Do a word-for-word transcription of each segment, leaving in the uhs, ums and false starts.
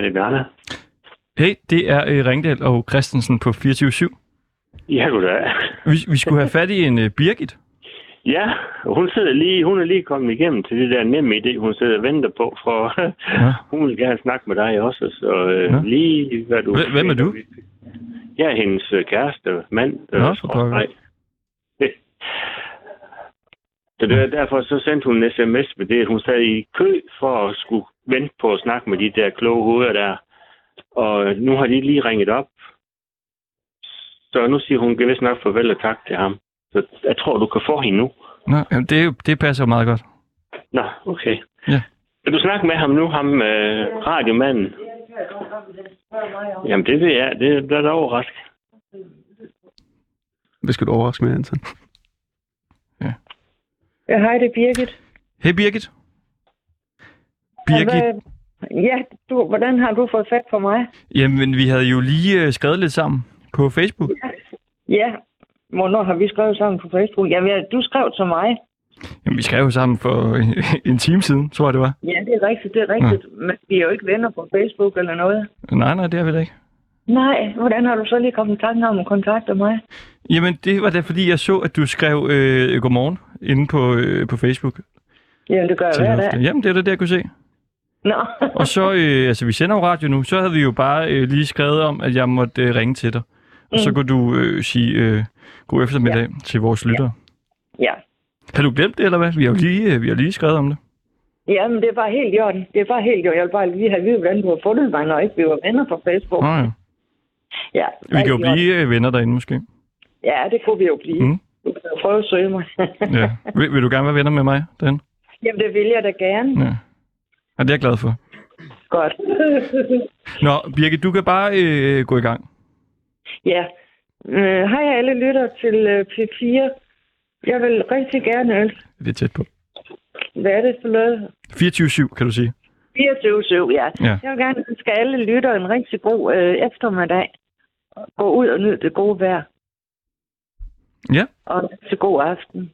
Er det Bjarne? Hey, det er øh, Ringdal og Christensen på fireogtyve syv. Ja, goddag. Vi, vi skulle have fat i en øh, Birgit. Ja, hun sidder lige, hun er lige kommet igennem til det der nemme idé, hun sidder og venter på, for Ja. hun vil gerne snakke med dig også, så øh, Ja. lige hvad du... Hvem er du? Jeg er hendes øh, kæreste, mand. Øh, Nå, for pokker. nej. Så det er derfor, så sendte hun en sms med det, at hun sad i kø for at skulle vente på at snakke med de der kloge hoveder der. Og nu har de lige ringet op. Så nu siger hun vist nok farvel og tak til ham. Så jeg tror, du kan få hende nu. Nå, jamen, det, er jo- det passer jo meget godt. Nå, okay. Ja. Vil du snakke med ham nu, ham øh, radiomanden? Jamen, det vil jeg. Det bliver da overrasket. Hvad skal du overraske med, Anton? Ja, hej, det er Birgit. Hey Birgit. Birgit, Hvad, ja, du, hvordan har du fået fat på mig? jamen vi havde jo lige øh, skrevet lidt sammen på Facebook. Ja, hvornår har vi skrevet sammen på Facebook? Jamen, ja, du skrev til mig. Jamen, vi skrev jo sammen for en time siden, tror jeg det var. Ja, det er rigtigt, det er rigtigt. Ja. Men vi er jo ikke venner på Facebook eller noget. Nej, nej, det er vi da ikke. Nej, hvordan har du så lige kommet i tanke om at kontakte mig? Jamen, det var da fordi, jeg så, at du skrev øh, godmorgen inde på, øh, på Facebook. Jamen, det gør jeg Til hver hofte. dag. Jamen, det er da det, jeg kunne se. Nå. Og så, øh, altså vi sender jo radio nu, så havde vi jo bare øh, lige skrevet om, at jeg måtte øh, ringe til dig. Og så Mm. kunne du øh, sige øh, god eftermiddag ja. til vores lyttere. Ja. Har du glemt det, eller hvad? Vi har jo lige, øh, vi har lige skrevet om det. Ja, men det er bare helt i orden. Det er bare helt i orden. Jeg vil bare lige have at vide, hvordan du har fundet mig, når ikke vi var venner på Facebook. Nå ja. Ja, Vi kan jo blive øh, venner derinde måske. Ja, det kunne vi jo blive. Mm. Du kan jo prøve at søge mig. Ja. Vil, vil du gerne være venner med mig derinde? Jamen, det vil jeg da gerne. Ja. Og det er jeg glad for. Godt. Nå, Birgit, du kan bare øh, gå i gang. Ja. Øh, hej alle lytter til øh, P fire. Jeg vil rigtig gerne ønske... Det er tæt på. Hvad er det for noget? fireogtyve syv, kan du sige. fireogtyve syv, ja. Ja. Jeg vil gerne ønske alle lytter en rigtig god øh, eftermiddag. Gå ud og nyd det gode vejr. Ja. Og til god aften.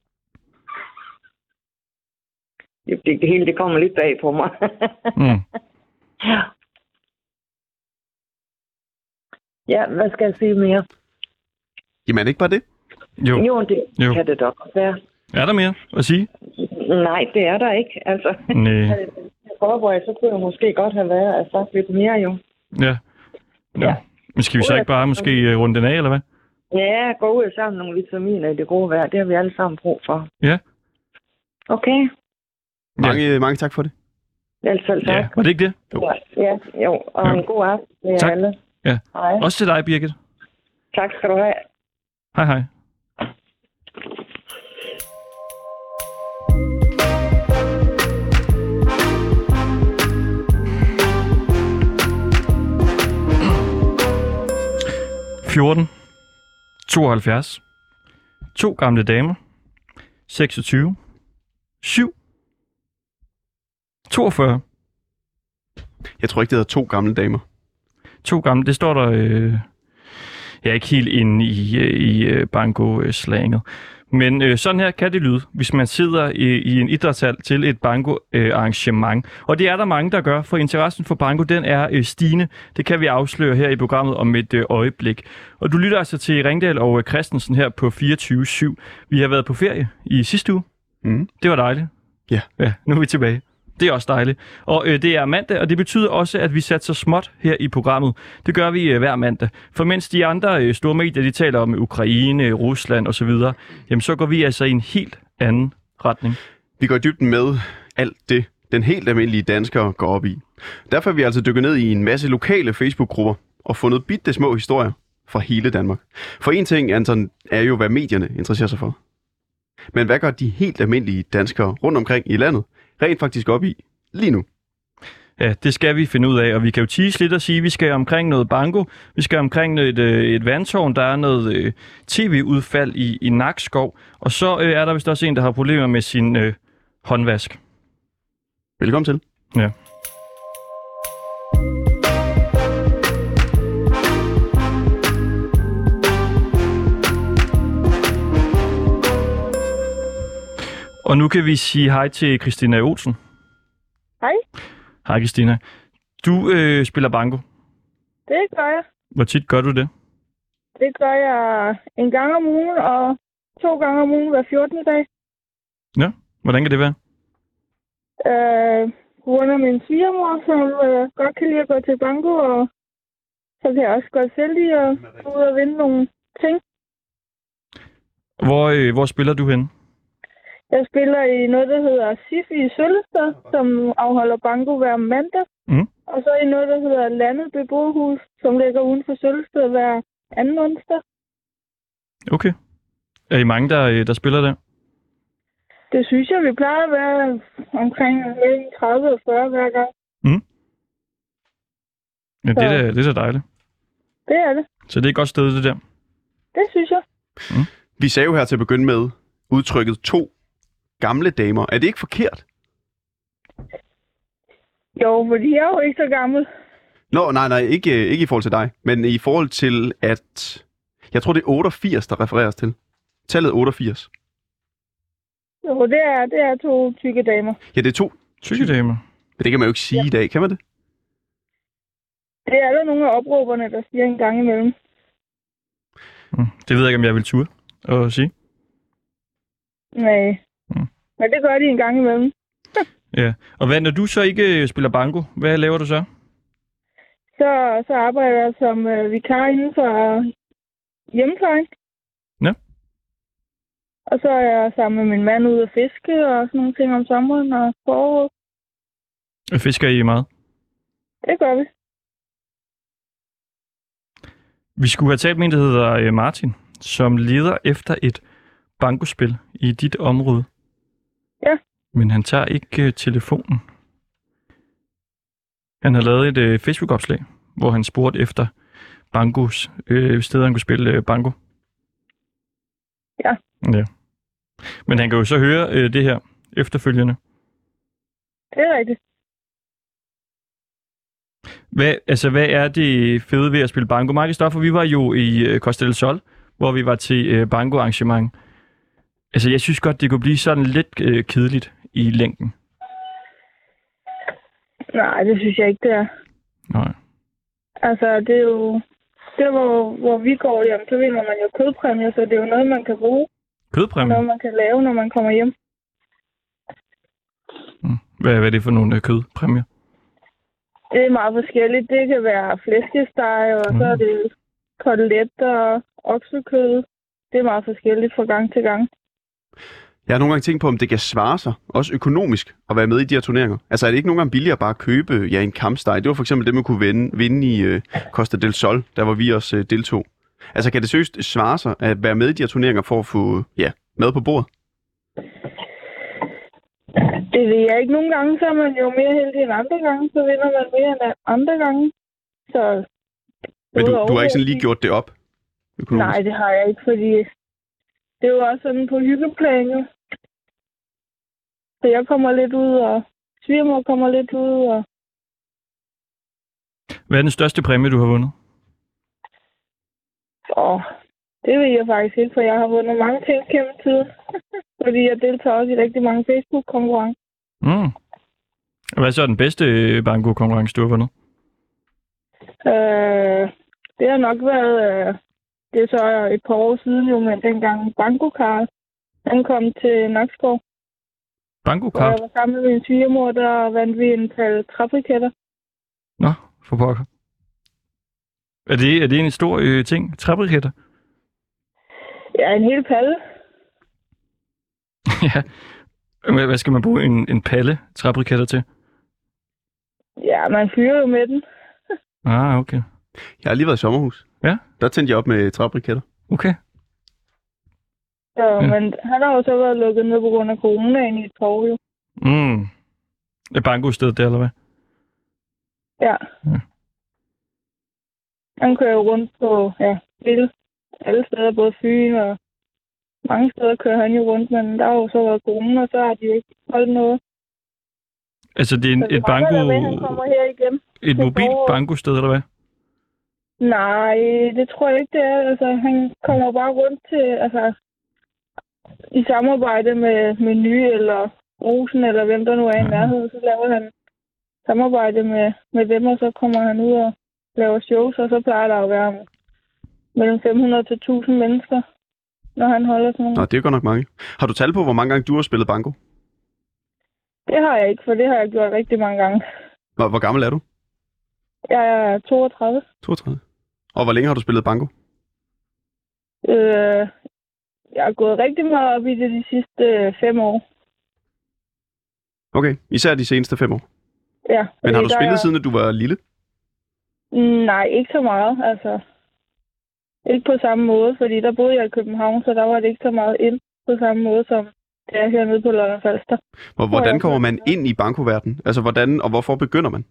Det, det, det hele det kommer lidt bag på mig. Mm. Ja. Ja, hvad skal jeg sige mere? Jamen, er det ikke bare det? Jo. Jo, det Jo. kan det dog være. Er der mere at sige? Nej, det er der ikke. Altså, Nej. jeg forberedt, så kunne jeg måske godt have været at sagt lidt mere, jo. Ja. Ja. Men skal vi så ikke bare måske øh, runde den af, eller hvad? Ja, gå ud og samle nogle vitaminer i det gode vejr. Det har vi alle sammen brug for. Ja. Okay. Mange, mange tak for det. Vel selv tak. Ja. Var det ikke det? Jo. Ja, jo. Og Jo. en god aften til Tak. alle. Ja. Hej. Også til dig, Birgit. Tak skal du have. Hej, hej. fjorten, tooghalvfjerds, to gamle damer, seksogtyve, syv, toogfyrre, Jeg tror ikke, det hedder to gamle damer. to gamle, det står der, øh, jeg er ikke helt inde i, øh, i øh, banko-slanget. Men øh, sådan her kan det lyde, hvis man sidder i, i en idrætshal til et banko-arrangement. Og det er der mange, der gør, for interessen for banko, den er øh, stigende. Det kan vi afsløre her i programmet om et øh, øjeblik. Og du lytter altså til Ringdal og øh, Christensen her på fireogtyve syv. Vi har været på ferie i sidste uge. Mm. Det var dejligt. Ja. Ja, nu er vi tilbage. Det er også dejligt. Og øh, det er mandag, og det betyder også, at vi satser småt her i programmet. Det gør vi øh, hver mandag. For mens de andre øh, store medier, de taler om Ukraine, Rusland osv., jamen så går vi altså i en helt anden retning. Vi går i dybden med alt det, den helt almindelige dansker går op i. Derfor er vi altså dykket ned i en masse lokale Facebook-grupper og fundet bitte små historier fra hele Danmark. For en ting, Anton, er jo, hvad medierne interesserer sig for. Men hvad gør de helt almindelige danskere rundt omkring i landet rent faktisk op i lige nu? Ja, det skal vi finde ud af, og vi kan jo tease lidt og sige, at vi skal omkring noget banko, vi skal omkring et, øh, et vandtårn, der er noget øh, tv-udfald i, i Nakskov, og så øh, er der vist også en, der har problemer med sin øh, håndvask. Velkommen til. Ja. Og nu kan vi sige hej til Christina Olsen. Hej. Hej Christina. Du øh, spiller banko. Det gør jeg. Hvor tit gør du det? Det gør jeg en gang om ugen, og to gange om ugen hver fjortende dag. Ja, hvordan kan det være? Øh, på grund af min svigermor, som øh, godt kan lide at gå til banko, og så kan jeg også godt selv lide at gå ud og vinde nogle ting. Hvor, øh, hvor spiller du hen? Jeg spiller i noget, der hedder S I F i Søllested, som afholder banko hver mandag. Mm. Og så i noget, der hedder Landet Beboerhus, som ligger uden for Søllested hver anden onsdag. Okay. Er I mange, der, øh, der spiller der? Det synes jeg, vi plejer at være omkring mellem tredive og fyrre hver gang. Mm. Ja, det er, da- det er da dejligt. Det er det. Så det er et godt sted, det der. Det synes jeg. Vi sagde jo her til at begynde med udtrykket to gamle damer. Er det ikke forkert? Jo, fordi jeg er jo ikke så gammel. Nå, nej, nej, ikke, øh, ikke i forhold til dig, men i forhold til, at jeg tror, det er otteogfirs, der refereres til. Tallet otteogfirs. Jo, det er, det er to tykke damer. Ja, det er to. Tykkedamer. Men det kan man jo ikke sige ja. i dag, kan man det? Det er der nogle af opråberne, der siger en gang imellem. Mm. Det ved jeg ikke, om jeg vil turde at sige. Nej. Mm. Men det gør de en gang imellem. Ja. Og hvad, når du så ikke øh, spiller banko, hvad laver du så? Så, så arbejder jeg som øh, vikar inden for hjemmeplejen. Ja. Og så er jeg sammen med min mand ude at fiske og sådan nogle ting om sommeren og foråret. Og fisker I meget? Det gør vi. Vi skulle have talt med en, der hedder øh, Martin, som leder efter et bankospil i dit område. Ja. Men han tager ikke øh, telefonen. Han har lavet et øh, Facebook-opslag, hvor han spurgte efter bankos, øh, steder han kunne spille øh, banko. Ja. Ja. Men han kan jo så høre øh, det her efterfølgende. Det er rigtigt. Hvad, altså, hvad er det fede ved at spille banko? Mig og Stoffer, vi var jo i øh, Costa del Sol, hvor vi var til øh, banko-arrangement. Altså, jeg synes godt, det kunne blive sådan lidt øh, kedeligt i længden. Nej, det synes jeg ikke, det er. Nej. Altså, det er jo... Det hvor, hvor vi går hjem, så vinder man jo kødpræmier, så det er jo noget, man kan bruge. Kødpræmie? Noget, man kan lave, når man kommer hjem. Mm. Hvad, hvad er det for nogle øh, kødpræmier? Det er meget forskelligt. Det kan være flæskesteg, og mm. så er det koteletter og oksekød. Det er meget forskelligt fra gang til gang. Jeg har nogle gange tænkt på, om det kan svare sig, også økonomisk, at være med i de her turneringer. Altså er det ikke nogle gange billigere bare at købe ja, en kampsteg? Det var for eksempel det, man kunne vinde, vinde i uh, Costa del Sol, der hvor vi også uh, deltog. Altså kan det seriøst svare sig at være med i de her turneringer for at få ja, mad på bordet? Det ved jeg ikke. Nogle gange så er man jo mere heldig end andre gange, så vinder man mere end andre gange. Så, Men du, du har ikke sådan lige gjort det op? Økonomisk? Nej, det har jeg ikke, fordi det er jo også sådan på hyggeplan, jo. Så jeg kommer lidt ud, og svigermor kommer lidt ud, og... Hvad er den største præmie, du har vundet? Åh, det ved jeg faktisk ikke, for jeg har vundet mange ting gennem tiden. Fordi jeg deltager også i rigtig mange Facebook-konkurrencer. Mm. Hvad er så den bedste øh, banko-konkurrence, du har vundet? Øh, det har nok været... Øh, det er så et par år siden jo, men dengang Banko-Karl, han kom til Nakskov. Banko-Karl? Og jeg var sammen med min svigermor, der vandt vi en pal træbriketter. Nå, for pokker. Er det, er det en stor øh, ting? Træbriketter? Ja, en hel palle. Ja. Hvad hvad skal man bruge en, en palle træbriketter til? Ja, man fyrer jo med den. Ah, okay. Jeg har lige været i sommerhus. Ja? Der tændte jeg op med træbriketter. Okay. Så, Ja. men han har jo så været lukket ned på grund af coronaen i et par år, jo. Mm. Er banko-stedet der, eller hvad? Ja. Ja. Han kører jo rundt på, ja, hele, alle steder, både Fyn og mange steder kører han jo rundt, men der har jo så været corona, og så har de jo ikke holdt noget. Altså, det er en, Så vi et regner banko... da med, at han kommer her igen. Et til mobilt foråret. bankosted, eller hvad? Nej, det tror jeg ikke, det er. Altså, han kommer bare rundt til, altså, i samarbejde med Meny eller Rosen, eller hvem der nu er i nærheden, så laver han samarbejde med, med dem, og så kommer han ud og laver shows, og så plejer der at være mellem fem hundrede til tusind mennesker, når han holder sådan noget. Nå, det er godt nok mange. Har du tal på, hvor mange gange du har spillet banko? Det har jeg ikke, for det har jeg gjort rigtig mange gange. Hvor, hvor gammel er du? Jeg er toogtredive. toogtredive. Og hvor længe har du spillet banko? Øh, jeg har gået rigtig meget op i det de sidste øh, fem år. Okay, især de seneste fem år. Ja. Men har du spillet er... siden, du var lille? Nej, ikke så meget. Altså, ikke på samme måde, fordi der boede jeg i København, så der var det ikke så meget ind på samme måde, som det er hernede på Lolland Falster. Hvor, hvordan kommer man ind i bankoverdenen? Altså, hvordan og hvorfor begynder man?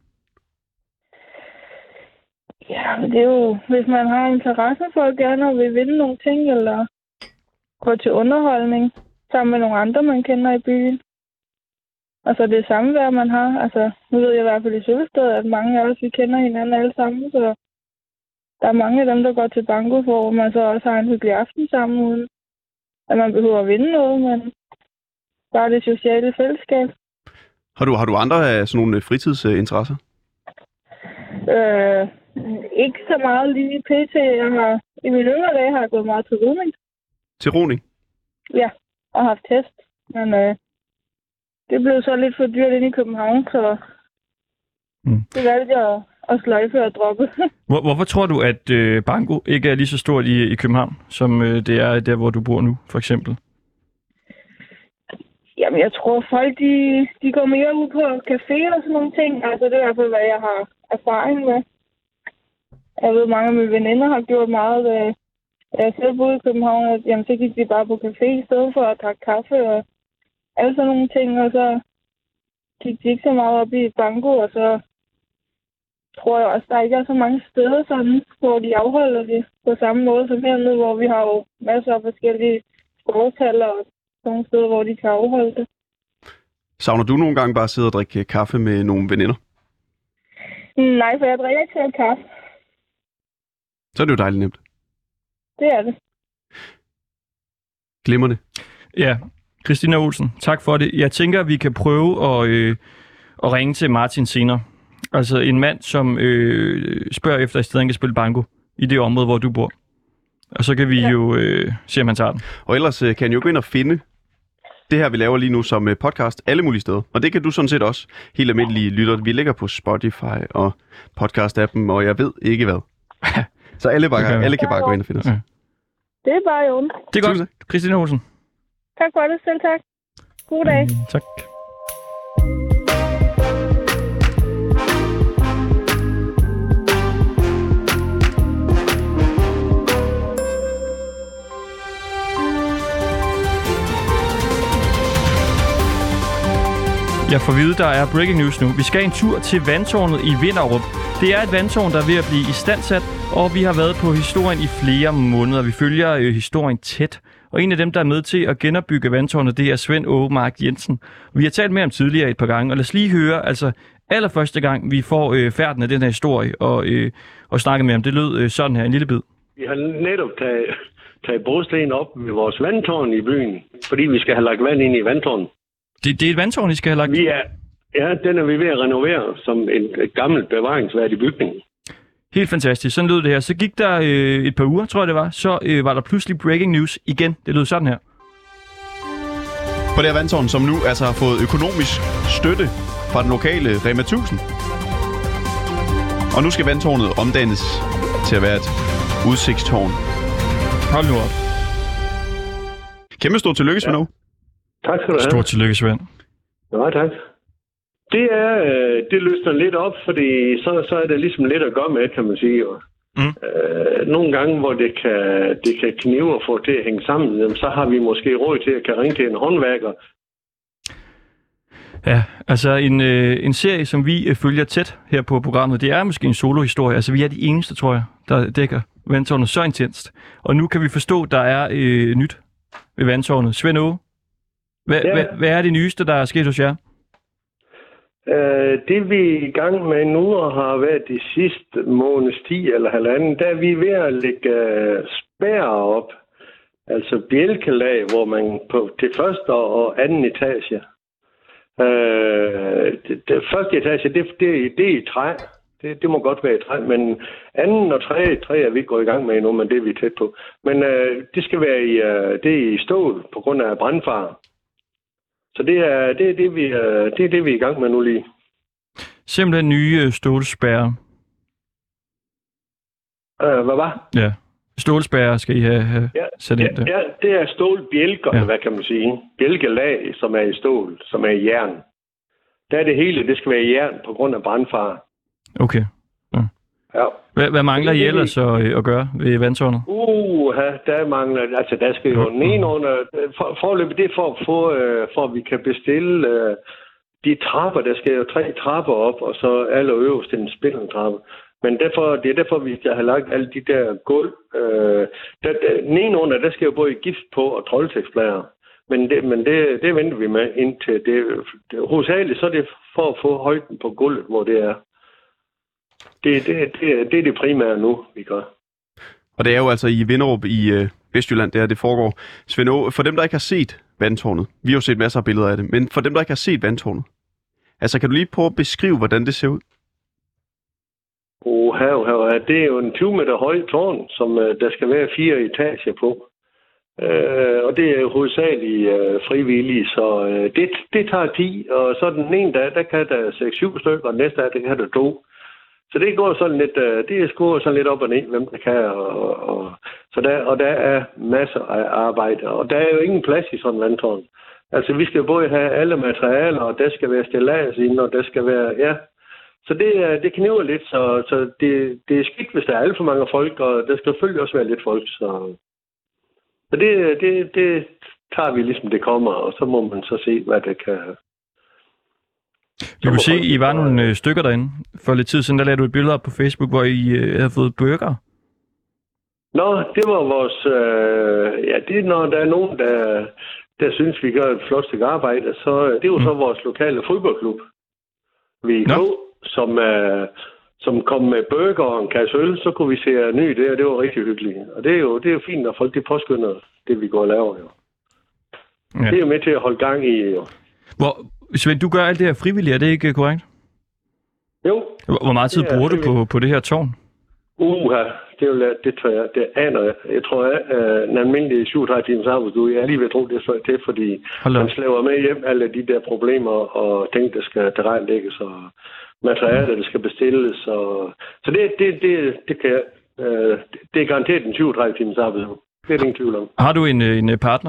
Ja, det er jo, hvis man har interesse for at gerne vil vinde nogle ting, eller gå til underholdning sammen med nogle andre, man kender i byen. Altså det samvær, man har. Altså, nu ved jeg i hvert fald i Sølvested, at mange af os, vi kender hinanden alle sammen, så der er mange af dem, der går til banko, hvor man så også har en hyggelig aften sammen, uden at man behøver at vinde noget, men bare det sociale fællesskab. Har du, har du andre af sådan nogle fritidsinteresser? Øh, ikke så meget lige P T. Jeg har, i mine yngre dage har jeg gået meget til roning. Til roning? Ja, og haft test. Men øh, det blev så lidt for dyrt inde i København, så mm. det valgte jeg at, at sløjfe og droppe. Hvor, hvorfor tror du, at øh, banko ikke er lige så stort i, i København, som øh, det er der, hvor du bor nu, for eksempel? Jamen, jeg tror, folk de, de går mere ud på café og sådan nogle ting. Altså, det er i hvert fald, hvad jeg har erfaring med. Jeg ved, mange af mine veninder har gjort meget. Da jeg selv boede i København, at jamen, så gik de bare på café i stedet for at drikke kaffe og alle sådan nogle ting. Og så gik de ikke så meget op i banko, og så tror jeg også, der ikke er så mange steder, sådan, hvor de afholder det på samme måde som hernede, hvor vi har jo masser af forskellige sportshaller og nogle steder, hvor de kan afholde det. Savner du nogle gange bare at sidde og drikke kaffe med nogle veninder? Nej, for jeg drikker ikke selv kaffe. Så er det jo dejligt nemt. Det er det. Glimrende. Ja, Christina Olsen, tak for det. Jeg tænker, at vi kan prøve at, øh, at ringe til Martin senere. Altså en mand, som øh, spørger efter, at stedet han kan spille banko i det område, hvor du bor. Og så kan vi ja. jo øh, se, om han tager den. Og ellers øh, kan han jo gå ind og finde det her, vi laver lige nu som øh, podcast alle mulige steder. Og det kan du sådan set også, helt almindelige lytter. Vi ligger på Spotify og podcast-appen, og jeg ved ikke hvad. Så alle, bare, okay. alle kan bare gå ind og finde os. Ja. Det er bare jo. Det er godt, Christina Olsen. Tak for det, selv tak. God dag. Mm, tak. Jeg får vide, der er breaking news nu. Vi skal en tur til vandtårnet i Vinderup. Det er et vandtårn, der er ved at blive istandsat, og vi har været på historien i flere måneder. Vi følger øh, historien tæt. Og en af dem, der er med til at genopbygge vandtårnet, det er Svend Ågemark Jensen. Vi har talt med ham tidligere et par gange, og lad os lige høre, altså allerførste gang, vi får øh, færden af den her historie og, øh, og snakke med ham. Det lød øh, sådan her, en lille bid. Vi har netop taget, taget brosten op ved vores vandtårn i byen, fordi vi skal have lagt vand ind i vandtårnet. Det, det er et vandtårn, I skal have lagt? Vi er, ja, den er vi ved at renovere som en, et gammelt bevaringsværdig bygning. Helt fantastisk. Sådan lød det her. Så gik der øh, et par uger, tror jeg det var. Så øh, var der pludselig breaking news igen. Det lød sådan her. På det her vandtårn, som nu altså har fået økonomisk støtte fra den lokale Rema tusind. Og nu skal vandtårnet omdannes til at være et udsigtstårn. Hold nu op. Kæmpe stort tillykke, Svend. Ja. Tak skal du have. Stort tillykke, Svend. Ja, tak. Det er, det løsner lidt op, fordi så, så er det ligesom lidt at gøre med, kan man sige. Mm. Øh, nogle gange, hvor det kan, det kan knive og få til at hænge sammen, så har vi måske råd til at kan ringe til en håndværker. Ja, altså en, øh, en serie, som vi øh, følger tæt her på programmet, det er måske en solohistorie. Altså vi er de eneste, tror jeg, der dækker vandtårnet så intenst. Og nu kan vi forstå, der er øh, nyt ved vandtårnet. Svend Åge, hvad, ja. hvad, hvad er det nyeste, der er sket hos jer? Uh, det vi er i gang med nu og har været de sidste måneds ti eller halvanden, der er vi ved at lægge uh, spærre op. Altså bjælkelag, hvor man på til første og anden etage. Øh, det, det første etage, det, det, det er i træ. Det, det må godt være i træ, men anden og tredje, træ er vi ikke gået i gang med endnu, men det er vi tæt på. Men øh, det skal være i, øh, det er i stål på grund af brandfare. Så det er det, er det, vi, øh, det er det, vi er i gang med nu lige. Simpelthen nye stålspærrer. Øh, hvad var? Ja. Stålspærrer skal I have, have ja, sat ind der. Ja, det er stålbjælker, ja. hvad kan man sige. Bjælkelag, som er i stål, som er i jern. Der er det hele, det skal være i jern på grund af brandfare. Okay. Ja. Ja. Hvad, hvad mangler I ellers så at gøre ved vandtårnet? Uh, der mangler, altså der skal jo nedenunder, for, forløbet det er for at få, uh, for at vi kan bestille uh, de trapper, der skal jo tre trapper op, og så allerøverst en spindeltrappe. Men derfor, det er derfor, vi skal have lagt alle de der gulv. Uh, der, der, nedenunder, der skal jo både gift på og troldtægtsplader. Men, det, men det, det venter vi med indtil det, det hovedsageligt, så er det for at få højden på gulvet, hvor det er. Det, det, det, det er det primære nu, vi gør. Og det er jo altså i Vinderup i øh, Vestjylland, der det foregår. Svend Aage, for dem, der ikke har set vandtårnet, vi har jo set masser af billeder af det, men for dem, der ikke har set vandtårnet, altså kan du lige prøve at beskrive, hvordan det ser ud? Oh, her, her, det er jo en tyve meter høj tårn, som uh, der skal være fire etager på. Uh, og det er hovedsageligt uh, frivillige, så uh, det, det tager ti, og så den ene dag, der kan der seks syv stykker, og den næste dag, der kan der to. Så det går sådan lidt, det er skruet sådan lidt op og ned, hvem der kan. Og, og, så der, og der er masser af arbejde, og der er jo ingen plads i sådan en vandtårn. Altså, vi skal både have alle materialer, og der skal være stillads ind, og der skal være, ja. Så det, det kniver lidt, så, så det, det er skidt, hvis der er alt for mange folk, og der skal selvfølgelig også være lidt folk. Så, så det, det, det tager vi ligesom, det kommer, og så må man så se, hvad det kan. Vi kunne se, at I var nogle øh, stykker derinde. For lidt tid siden, der lavede du et billede op på Facebook, hvor I øh, havde fået burger. Nå, det var vores... Øh, ja, det er når der er nogen, der, der synes, vi gør et flot stykke arbejde. Så det er jo mm. så vores lokale fodboldklub, V K, som, øh, som kom med burger og en kasse øl. Så kunne vi se ny det, og det var rigtig hyggeligt. Og det er jo, det er jo fint, når folk de påskynder det, vi går og laver. Jo. Ja. Det er jo med til at holde gang i... Jo. Hvor... Svend, du gør alt det her frivilligt, er det ikke korrekt? Jo. Hvor meget tid bruger du på, på det her tårn? Uha, det, vil, det tror jeg, det aner jeg. Jeg tror, at uh, en almindelig syvogtredive timers arbejdsuge, jeg er lige ved at tro, det er det, fordi man slæver med hjem alle de der problemer og ting, der skal tilrettelægges, og materialer, der skal bestilles. Og... Så det, det, det, det, kan jeg, uh, det er garanteret en syvogtredive timers arbejdsuge. Det er det ingen tvivl om. Har du en, en partner?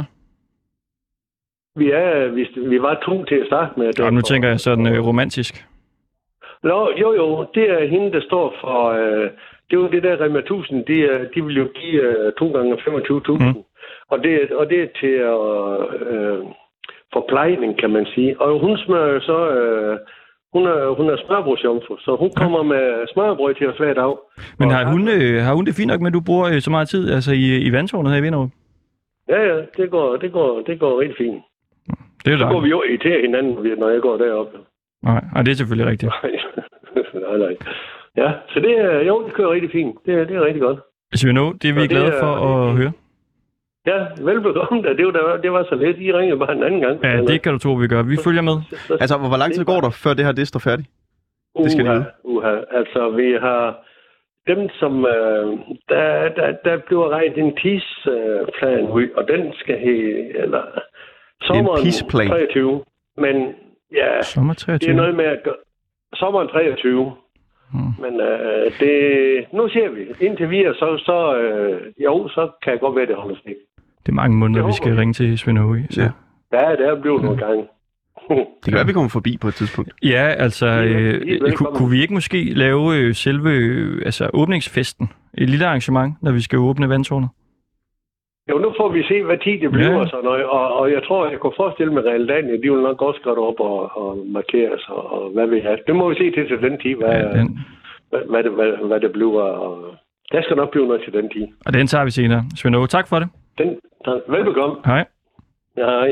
Vi er, vi, vi var to til at starte med. Ja, nu tænker jeg sådan øh, romantisk. Nå, jo, jo. Det er hende, der står for... Øh, det er jo det der Rema tusind. De, de vil jo give øh, to gange femogtyve tusind. Mm. Og, det, og det er til øh, forplejning, kan man sige. Og hun smører så... Øh, hun er, hun er smørbrødsjomfru, så hun kommer ja. med smørbrød til os hver dag. Men har hun, øh, har hun det fint nok med, at du bruger øh, så meget tid altså i, i vandtårnet her i Vinderup? Ja, ja. Det går, det går, det går rigtig fint. Det er så går vi jo i til hinanden, når jeg går deroppe. Nej, og det er selvfølgelig rigtigt. nej, nej. Ja, så det er, jo, det kører rigtig fint. Det er, det er rigtig godt. Svend Aage, det er vi så glade er, for at det, høre. Ja, velbekomme. Det var, det var så let. I ringede bare en anden gang. Ja, det kan du tro, vi gør. Vi følger med. Altså, hvor lang tid går der, før det her det står færdigt? Uha, det skal uha, uha. Altså, vi har dem, som... Øh, der, der, der bliver regnet en tidsplan øh, ud, og den skal have... Eller, sommeren treogtyve. Men ja, sommer treogtyve. Det er noget med at gøre... Sommeren treogtyve. Hmm. Men øh, det... Nu ser vi. Indtil vi er så... så øh, jo, så kan jeg godt være, det holder stik. Det er mange måneder, vi skal ringe til Svend Aage. Ja. Ja, det er blevet nogle gange. Det kan være, vi kommer forbi på et tidspunkt. Ja, altså, øh, kunne, kunne vi ikke måske lave øh, selve øh, altså, åbningsfesten? Et lille arrangement, når vi skal åbne vandtårnet? Jo, nu får vi se, hvad tid det bliver, ja. og sådan noget. Og, og jeg tror, jeg kunne forestille mig, at Realdania, de vil nok også gå op og, og markere sig, og, og hvad vi har. Det må vi se til til den tid, hvad, ja, den... hvad, hvad, det, hvad, hvad det bliver. Og der skal nok blive noget til den tid. Og den tager vi senere. Svend Aage, tak for det. Den, tak. Velbekomme. Hej. Ja, hej.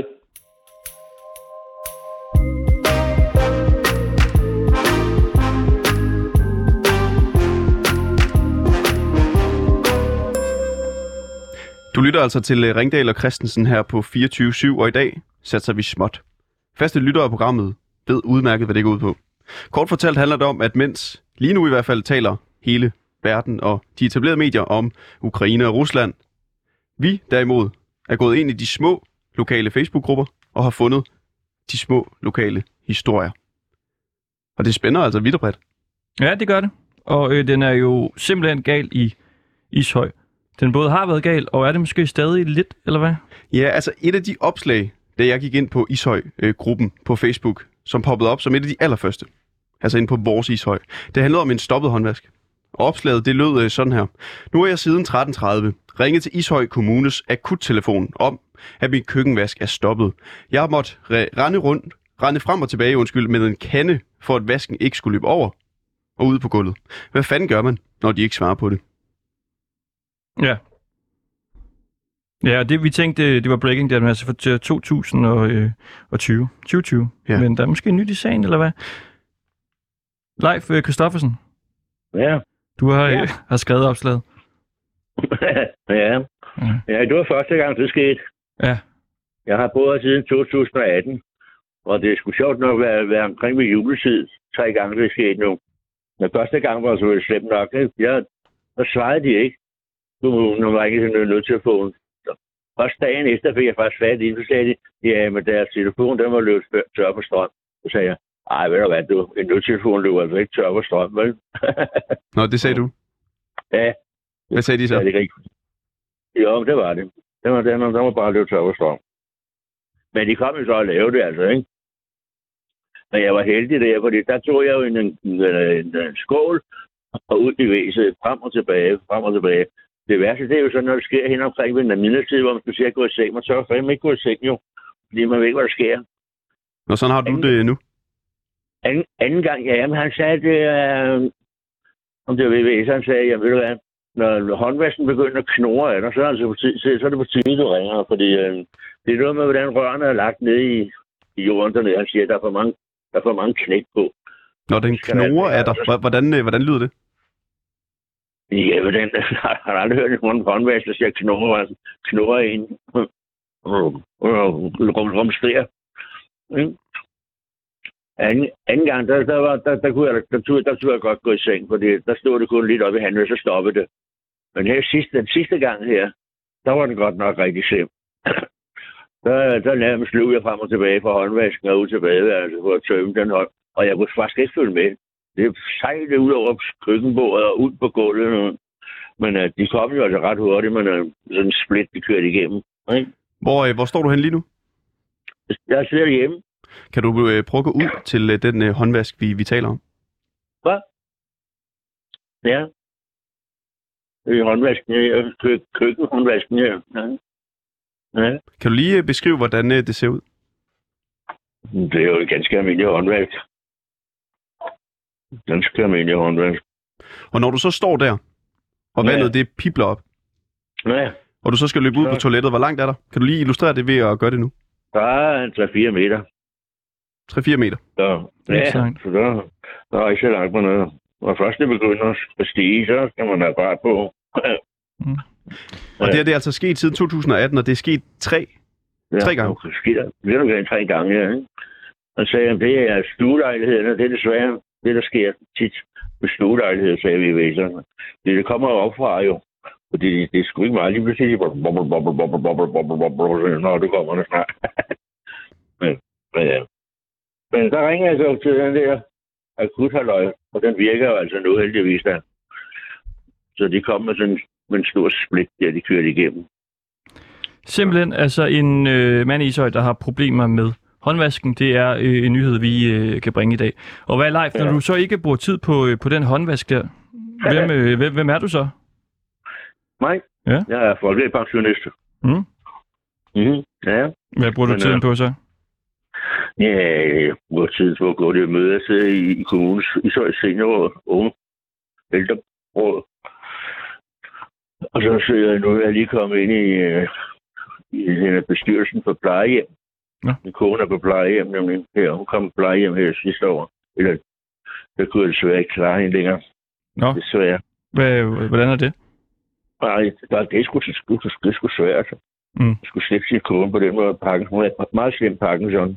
Du lytter altså til Ringdal og Christensen her på fireogtyve syv, og i dag satser vi småt. Faste lyttere af programmet ved udmærket, hvad det går ud på. Kort fortalt handler det om, at mens lige nu i hvert fald taler hele verden og de etablerede medier om Ukraine og Rusland, vi derimod er gået ind i de små lokale Facebook-grupper og har fundet de små lokale historier. Og det spænder altså vidt og bredt. Ja, det gør det. Og øh, den er jo simpelthen gal i Ishøj. Den både har været gal, og er det måske stadig lidt, eller hvad? Ja, altså et af de opslag, da jeg gik ind på Ishøj-gruppen på Facebook, som poppede op som et af de allerførste, altså ind på vores Ishøj, det handlede om en stoppet håndvask. Og opslaget, det lød sådan her. Nu er jeg siden tretten tredive ringet til Ishøj Kommunes akuttelefon om, at min køkkenvask er stoppet. Jeg har måttet rende rundt, rende frem og tilbage, undskyld, med en kande, for at vasken ikke skulle løbe over og ud på gulvet. Hvad fanden gør man, når de ikke svarer på det? Ja. Ja, det vi tænkte, det var breaking, det er altså for to tusind og tyve. tyve tyve. Ja. Men der er måske nyt i sagen, eller hvad? Leif Christoffersen. Ja. Du har, ja. øh, har skrevet opslaget. ja. ja, det var første gang, det skete. Ja. Jeg har boet siden to tusind og atten, og det er sgu sjovt nok at være, være omkring ved juletid. Tre gange det skete nu. Den første gang var så slemt nok. Ja, der svarede de ikke. Nu, nu ringede jeg nødt til at få en. Først dagen efter fik jeg faktisk fat i den, så sagde de, ja, men deres telefon, den var løbet tør på strøm. Så sagde jeg, ej, ved du hvad, du, en nødtelefon løber altså ikke tør på strøm, vel? Nå, det sagde du? Ja. Hvad sagde de så? Ja, det rigtigt. Jo, det var det. Den var, den, den var bare løbet tør på strøm. Men de kom jo så at lave det, altså, ikke? Men jeg var heldig der, fordi der tog jeg jo en, en, en, en skål og ud i væset, frem og tilbage, frem og tilbage. Det værste, det er jo sådan, når det sker hen omkring ved den midlertid, hvor man skal sige at gå i seng. Man tør fandme ikke gå i seng, jo. Fordi man ved ikke, hvad der sker. Nå, sådan har du anden, det nu? Anden, anden gang, ja, men han sagde, det er... Øh, om det var V V S, han sagde, jamen ved du hvad, når håndvasken begynder at knurre af dig, så er, altså på tid, så er det på tide, du ringer. Fordi øh, det er noget med, hvordan rørene er lagt ned i, i jorden dernede. Han siger, der er for mange, der er for mange knæk på. Når den knurrer af dig, hvordan, hvordan lyder det? Ja, men den har jeg aldrig hørt en håndvask, der siger knurre, knurre en. Rumstrer. Anden, anden gang, der, der, var, der, der, kunne jeg, der, der, der turde jeg godt gå i seng, fordi der stod det kun lidt op i handen, og så stoppede det. Men her sidste, den sidste gang her, der var den godt nok rigtig slem. der, der nærmest løb jeg frem og tilbage fra håndvasken og ud til badeværelset for at tømme den hånd. Og jeg kunne faktisk ikke følge med. Det sejlede ud over køkkenbordet og ud på gulvet. Men uh, de kom jo altså ret hurtigt, men uh, sådan en split, de kørte igennem. Ikke? Hvor, øh, hvor står du hen lige nu? Jeg sidder hjemme. Kan du øh, prøve at gå ud til øh, den øh, håndvask, vi, vi taler om? Hvad? Ja. Det er håndvasken her. Kø- køkkenhåndvasken her. Ja. Ja. Kan du lige øh, beskrive, hvordan øh, det ser ud? Det er jo en ganske almindelig håndvask. Ganske almindelig håndvask. Og når du så står der, og ja. vandet det pibler op, ja. og du så skal løbe ud så... på toilettet, hvor langt er der? Kan du lige illustrere det ved at gøre det nu? Der er tre fire meter. tre fire meter? Så, ja, så der, der er ikke så langt på noget. Når først det begynder at stige, så skal man have bare på. mm. Og det er det altså sket siden to tusind og atten, og det er sket tre, ja, tre gange? Okay, sker. Det er nok tre gange, ja. Ikke? Og sagde, at det er stuelejlighederne, det er desværre det, der sker tit med stuelejligheder, sagde vi i væserne. Det, det kommer jo op fra jo. Fordi det er sgu ikke meget lige pludselig. Boble, boble, boble, boble, boble, boble, boble. Nå, det kommer det snart. men, men, ja. men der ringer jeg så til den der akuthalløj, og den virker jo altså nu heldigvis der. Så de kom med sådan med en stor split, der de kørte igennem. Simpelthen altså en øh, mand i Ishøj, der har problemer med håndvasken, det er øh, en nyhed, vi øh, kan bringe i dag. Og hvad er Leif, når ja. du så ikke bruger tid på, øh, på den håndvask der, hvem, øh, hvem, hvem er du så? Mig? Ja. Jeg er folkepensionist. Mm. Mm-hmm. Ja. Hvad bruger du Men, tiden på så? Ja, jeg bruger tid på at gå til et møde. Jeg sidder i, i kommunens Ishøj Seniorråd, unge ældreråd. Og så sidder jeg nu, jeg er lige kommet ind i, i, i bestyrelsen for plejehjem. Ja. Min kone er på plejehjem, nemlig her. Hun kom på plejehjem her sidste år. Eller, der kunne jeg desværre ikke klare hende længere. Nå. Desværre. Hvad, hvordan er det? Nej, det er sgu, det er sgu, det er sgu svært. Mm. Jeg skulle slippe sin kone på den måde. Pakken. Hun er meget slem pakken, sådan.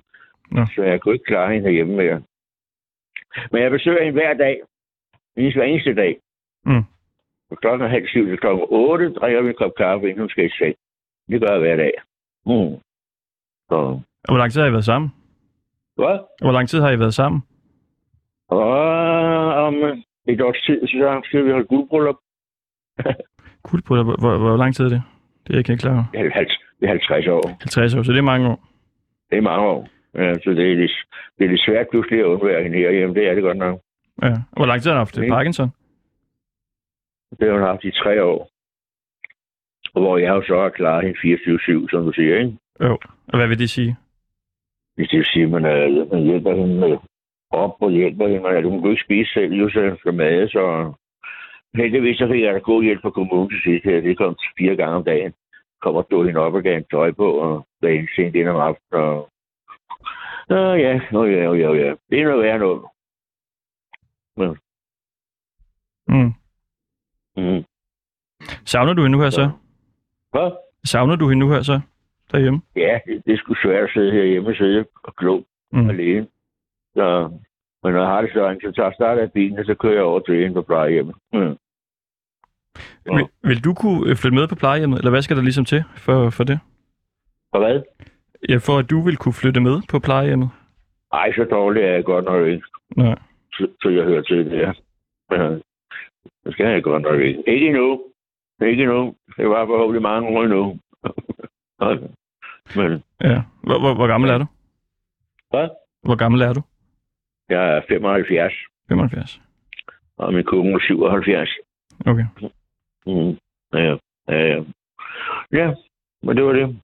Ja. Så jeg kunne ikke klare hende hjemme mere. Men jeg besøger hende hver dag. Hver eneste dag. Mm. Fra klokken er halv syv til klokken otte, drikker vi en kop kaffe, inden hun skal i seng. Det gør jeg hver dag. Mm. Så. Og hvor lang tid har I været sammen? Hvad? Hvor lang tid har I været sammen? Og om et års tid, så skal vi holde guldbryllup. Guldbryllup? Hvor, hvor, hvor lang tid er det? Det er jeg ikke klar over. Det er halvtreds år. halvtreds år, så det er mange år. Det er mange år. Ja, så det er lidt, det er lidt svært pludselig at undvære hende herhjemme. Det er det godt nok. Ja. Og hvor lang tid har du haft det? Parkinson? Det har hun haft i tre år. Hvor jeg jo så har klaret hende fireogtyve syv, som du siger, ikke? Jo. Og hvad vil det sige? Det vil sige, at man, uh, man hjælper hende med op og hjælper hende. Man, hun kan ikke spise selv, jo, så hun skal mad, så heldigvis så fik jeg da god hjælp fra kommunen til sidst her. Det kom fire gange om dagen. Kommer og hende op og gav en tøj på, og lagde hende sent ind om aftenen. Og... Nå ja, nå ja, nå ja, nå ja. Det er noget værd noget. Men... Mm. Mm. Savner du hende nu her så? Hvad? Savner du hende nu her så? Derhjemme? Ja, det, det er sgu svært at sidde herhjemme og sidde og glo mm. alene. Så, men når jeg har det så, så tager jeg starter af bilen, og så kører jeg over til hende på plejehjemmet. Mm. Vil, vil du kunne flytte med på plejehjemmet, eller hvad skal der ligesom til for, for det? For hvad? Ja, for at du vil kunne flytte med på plejehjemmet. Ej, så dårligt er jeg godt nok ikke. Nej. Så, så jeg hører til det her. Men det skal jeg godt nok ikke. Ikke endnu. Ikke endnu. Det var forhåbentlig mange år endnu. Men... Ja. Hvor, hvor, hvor gammel er du? Hvad? Hvor gammel er du? Jeg er femoghalvfjerds. femoghalvfjerds. Og min kone er syvoghalvfjerds. Okay. Mm. Ja, ja, ja. Ja, men det var det.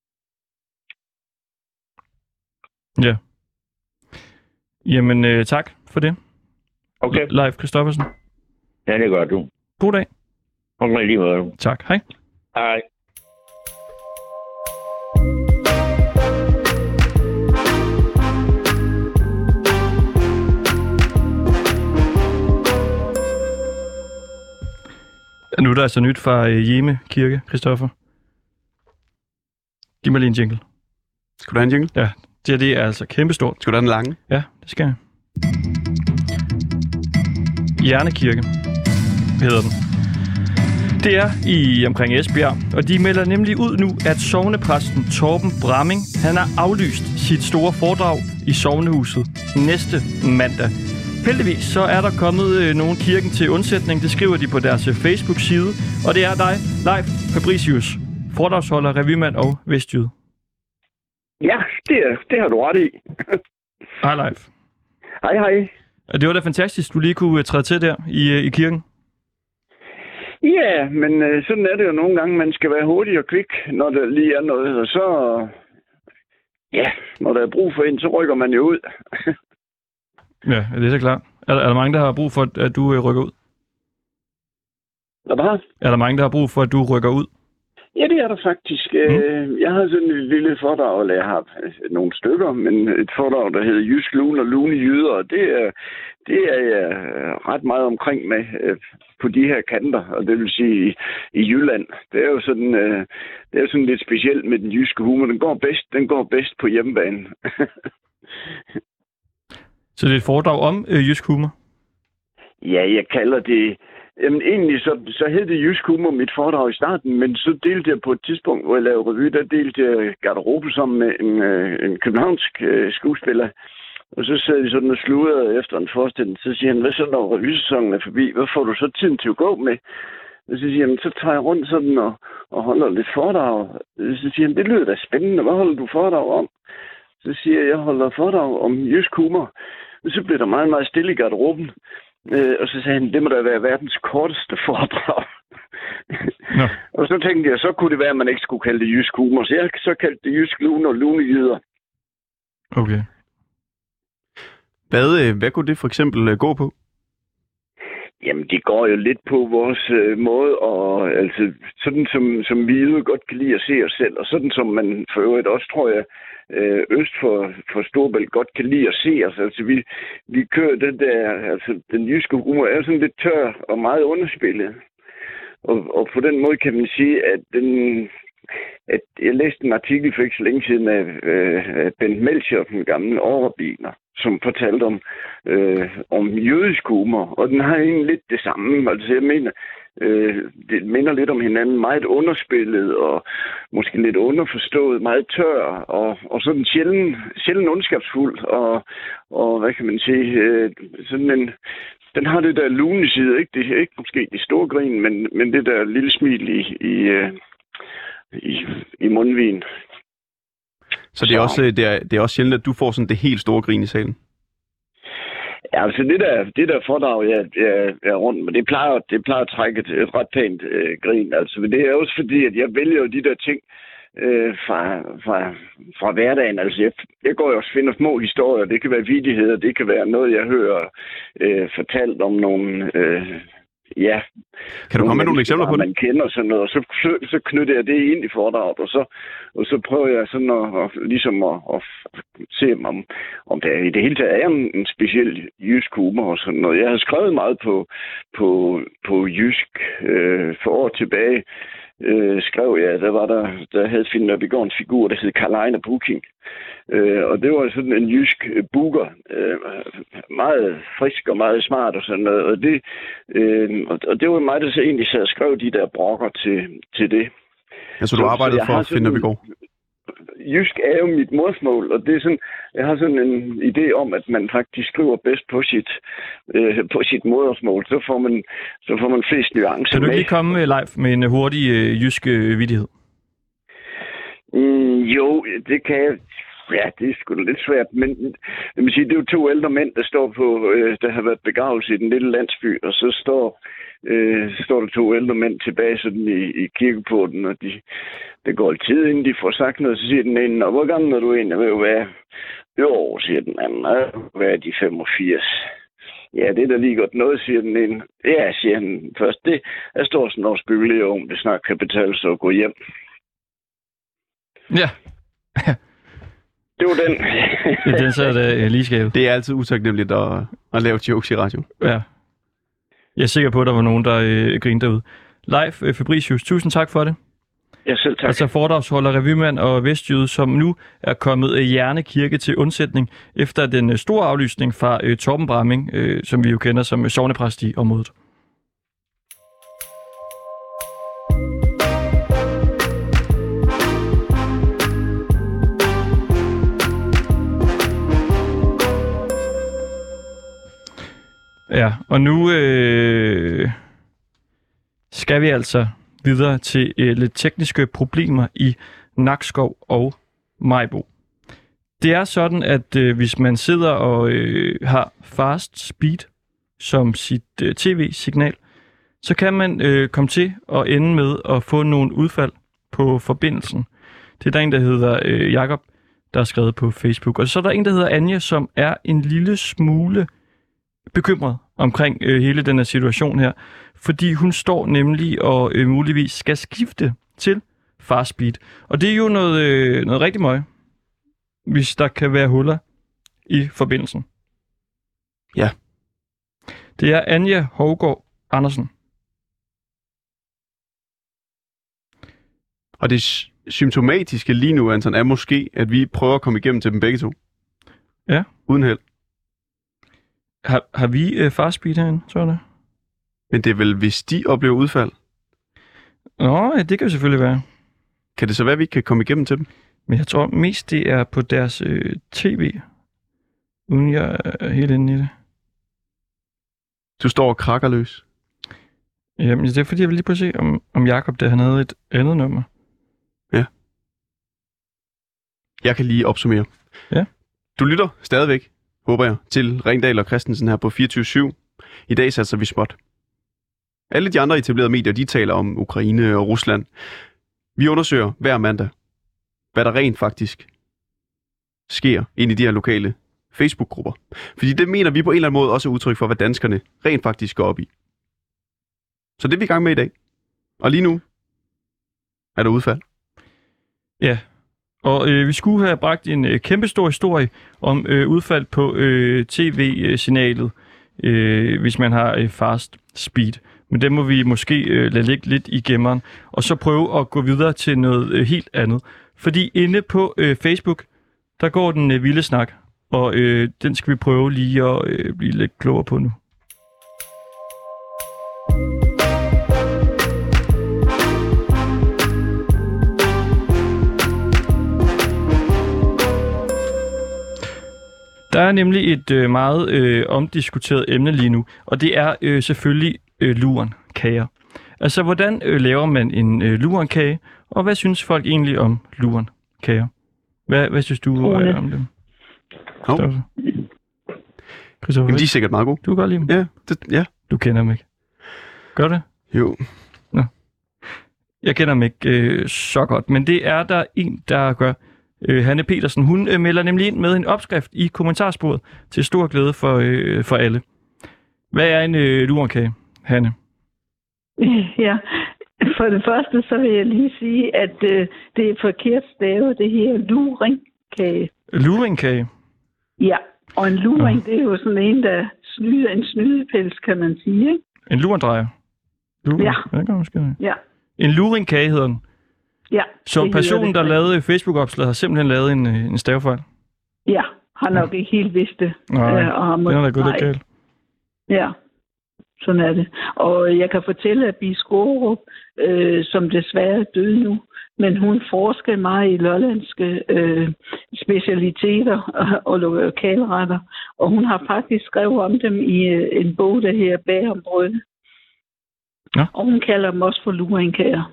Ja. Jamen, øh, tak for det. Okay. Leif Christoffersen. Ja, det er godt, du. God dag. Okay, lige måde. Tak. Hej. Hej. Nu er der altså nyt fra Hjemme Kirke, Christoffer. Giv mig lige en jingle. Skal du have en jingle? Ja, det, her, det er altså kæmpestort. Skal du have den lange? Ja, det skal jeg. Hjernekirke hedder den. Det er i omkring Esbjerg, og de melder nemlig ud nu, at sognepræsten Torben Bramming, han har aflyst sit store foredrag i sognehuset næste mandag. Heldigvis så er der kommet øh, nogen kirken til undsætning. Det skriver de på deres øh, Facebook-side. Og det er dig, Leif Fabricius, foredragsholder, revymand og vestjyde. Ja, det, det har du ret i. Hej, Leif. Hej, hej. Det var da fantastisk, du lige kunne træde til der i, øh, i kirken. Ja, men øh, sådan er det jo nogle gange. Man skal være hurtig og kvik, når der lige er noget. Og så, ja, når der er brug for en, så rykker man jo ud. Ja, det er så klart. Er der, er der mange, der har brug for, at du øh, rykker ud? Hvad? Er der mange, der har brug for, at du rykker ud? Ja, det er der faktisk. Mm. Jeg har sådan et lille foredrag, eller jeg har nogle stykker, men et foredrag, der hedder Jysk Lune og Lune Jyder, og det er, det er jeg ret meget omkring med på de her kanter, og det vil sige i, i Jylland. Det er jo sådan, det er sådan lidt specielt med den jyske humor. Den går bedst, den går bedst på hjemmebane. Så det er et foredrag om øh, jysk humor? Ja, jeg kalder det... Jamen egentlig så, så hed det jysk humor mit foredrag i starten, men så delte jeg på et tidspunkt, hvor jeg lavede revy, der delte jeg garderobe sammen med en, en københavnsk øh, skuespiller. Og så sad vi sådan og sludrede efter en forestilling. Så siger han, hvad så når revysæsonen er forbi? Hvad får du så tiden til at gå med? Og så siger han, så tager jeg rundt sådan og, og holder lidt foredrag. Så siger han, det lyder da spændende. Hvad holder du foredrag om? Så siger jeg, jeg holder foredrag om jysk humor. Og så blev der meget, meget stille i garderoben. Øh, og så sagde han, det må da være verdens korteste foredrag. Nå. Og så tænkte jeg, så kunne det være, at man ikke skulle kalde det jysk humor. Så jeg så kaldte det jysk lune og lunejyder. Okay. Hvad, hvad kunne det for eksempel gå på? Jamen, det går jo lidt på vores øh, måde, og altså sådan som, som vi jo godt kan lide at se os selv, og sådan som man for øvrigt også, tror jeg, øh, øst for, for Storebælt godt kan lide at se os. Altså, vi, vi kører den der, altså den jyske humor er sådan lidt tør og meget underspillet. Og, og på den måde kan man sige, at den, at jeg læste en artikel for ikke så længe siden af øh, Bent Melchior, den gamle overbiner, som fortalte om, øh, om jødisk humor, og den har egentlig lidt det samme. Altså jeg mener, øh, det minder lidt om hinanden, meget underspillet og måske lidt underforstået, meget tør og, og sådan sjældent, sjældent ondskabsfuld og, og hvad kan man sige, øh, sådan en, den har det der lune side, ikke? Det er ikke måske de store grin, men, men det der lille smil i, i, øh, i, i mundvigen. Så det er, også, det, er, det er også sjældent, at du får sådan det helt store grin i salen? Ja, altså det der, det der foredrag, jeg, jeg, jeg er rundt med, det plejer, det plejer at trække et, et ret pænt øh, grin. Altså, men det er også fordi, at jeg vælger jo de der ting øh, fra, fra, fra hverdagen. Altså jeg, jeg går jo også og finder små historier. Det kan være vittigheder, det kan være noget, jeg hører øh, fortalt om nogle... Øh, Ja. Kan du komme med nogle eksempler på det? Man kender sådan noget, og så, så, så knytter jeg det ind i foredraget, og så, og så prøver jeg sådan at, at, ligesom at, at se, om, om der i det hele taget er en, en speciel jysk humor og sådan noget. Jeg har skrevet meget på, på, på jysk øh, for år tilbage. Øh, skrev jeg, der var der, der havde Finn Nørbegaard en figur, der hed Karl Ejner Booking. Øh, og det var sådan en jysk booker, øh, meget frisk og meget smart og sådan noget. Og det, øh, og det var mig, der så egentlig så skrev de der brokker til, til det. Altså du arbejdede for Finn Nørbegaard? Jysk er jo mit modersmål, og det er sådan, jeg har sådan en idé om, at man faktisk skriver bedst på sit, øh, på sit modersmål. Så får man, så får man flest nuancer. Kan du lige komme live med en hurtig øh, jysk øh, vittighed? Mm, jo, det kan jeg. Ja, det er sgu da lidt svært, men jeg vil sige, det er jo to ældre mænd, der står på, øh, der har været begravelse i den lille landsby, og så står, øh, står der to ældre mænd tilbage sådan i, i kirkeporten, og de, det går tid, inden de får sagt noget, så siger den ene, og hvor gammel er du egentlig? Ved du hvad? Jo, siger den anden, hvad er de femogfirs? Ja, det er da lige godt noget, siger den ene. Ja, siger han først, det jeg står sådan og spekulerer om, det snart kan betale sig at gå hjem. Ja. Det var den. Det er den, så er det lige skævet. Det er altid utaknemmeligt at, at lave jokes i radio. Ja. Jeg er sikker på, at der var nogen, der øh, grinede derude. Leif øh, Fabricius, tusind tak for det. Ja, selv tak. Altså foredragsholder, revymand og vestjyde, som nu er kommet øh, Hjernekirke til undsætning efter den øh, store aflysning fra øh, Torben Bramming, øh, som vi jo kender som øh, sognepræst i området. Ja, og nu øh, skal vi altså videre til øh, lidt tekniske problemer i Nakskov og Maribo. Det er sådan, at øh, hvis man sidder og øh, har fast speed som sit øh, tv-signal, så kan man øh, komme til at ende med at få nogle udfald på forbindelsen. Det er der en, der hedder øh, Jakob, der har skrevet på Facebook. Og så er der en, der hedder Anja, som er en lille smule bekymret omkring øh, hele den her situation her, fordi hun står nemlig og øh, muligvis skal skifte til fast speed. Og det er jo noget, øh, noget rigtig møg, hvis der kan være huller i forbindelsen. Ja. Det er Anja Hovgaard Andersen. Og det symptomatiske lige nu, Anton, er måske, at vi prøver at komme igennem til dem begge to. Ja. Uden held. Har, har vi øh, fast speed herinde, tror jeg det? Men det er vel, hvis de oplever udfald? Nå, ja, det kan jo selvfølgelig være. Kan det så være, at vi ikke kan komme igennem til dem? Men jeg tror mest, det er på deres øh, tv, uden jeg er helt inde i det. Du står og krakker løs. Jamen, det er fordi, jeg vil lige prøve at se, om, om Jakob der han havde et andet nummer. Ja. Jeg kan lige opsummere. Ja. Du lytter stadigvæk, håber jeg, til Ringdal og Christensen her på fireogtyve syv. I dag satser vi spot. Alle de andre etablerede medier, de taler om Ukraine og Rusland. Vi undersøger hver mandag, hvad der rent faktisk sker ind i de her lokale Facebook-grupper. Fordi det mener vi på en eller anden måde også er udtryk for, hvad danskerne rent faktisk går op i. Så det er vi i gang med i dag. Og lige nu er der udfald. Ja, og øh, vi skulle have bragt en øh, kæmpestor historie om øh, udfald på øh, tv-signalet, øh, hvis man har øh, fast speed. Men det må vi måske øh, lade ligge lidt i gemmeren, og så prøve at gå videre til noget øh, helt andet. Fordi inde på øh, Facebook, der går den øh, vilde snak, og øh, den skal vi prøve lige at øh, blive lidt klogere på nu. Der er nemlig et øh, meget øh, omdiskuteret emne lige nu, og det er øh, selvfølgelig øh, lurenkager. Altså, hvordan øh, laver man en øh, lurenkage, og hvad synes folk egentlig om lurenkager? Hvad, hvad synes du øh, om dem? Oh. Jamen, de er sikkert meget gode. Du kan godt lide dem? Ja, det, ja. Du kender dem ikke. Gør det? Jo. Nå. Jeg kender dem ikke øh, så godt, men det er der en, der gør. Øh, Hanne Petersen, hun øh, melder nemlig ind med en opskrift i kommentarsporet til stor glæde for, øh, for alle. Hvad er en øh, lurenkage, Hanne? Ja, for det første så vil jeg lige sige, at øh, det er forkert stave, det her luringkage. Luringkage? Ja, og en luring, ja. Det er jo sådan en, der snyder en snydepels, kan man sige, ikke? En lurendrejer? Luring. Ja. Det kan måske. Ja. En luringkage hedder den? Ja. Så personen, der lavede Facebook-opslaget, har simpelthen lavet en, en stavefejl? Ja, har nok ja. ikke helt vidst det. Nej, øh, og har må... det er da gået lidt galt. Ja, sådan er det. Og jeg kan fortælle, at Bi Skårup, øh, som desværre er død nu, men hun forsker meget i lollandske øh, specialiteter og, og lokalretter, og hun har faktisk skrevet om dem i øh, en bog, der her Bag om brød. Ja. Og hun kalder dem også for luringkager.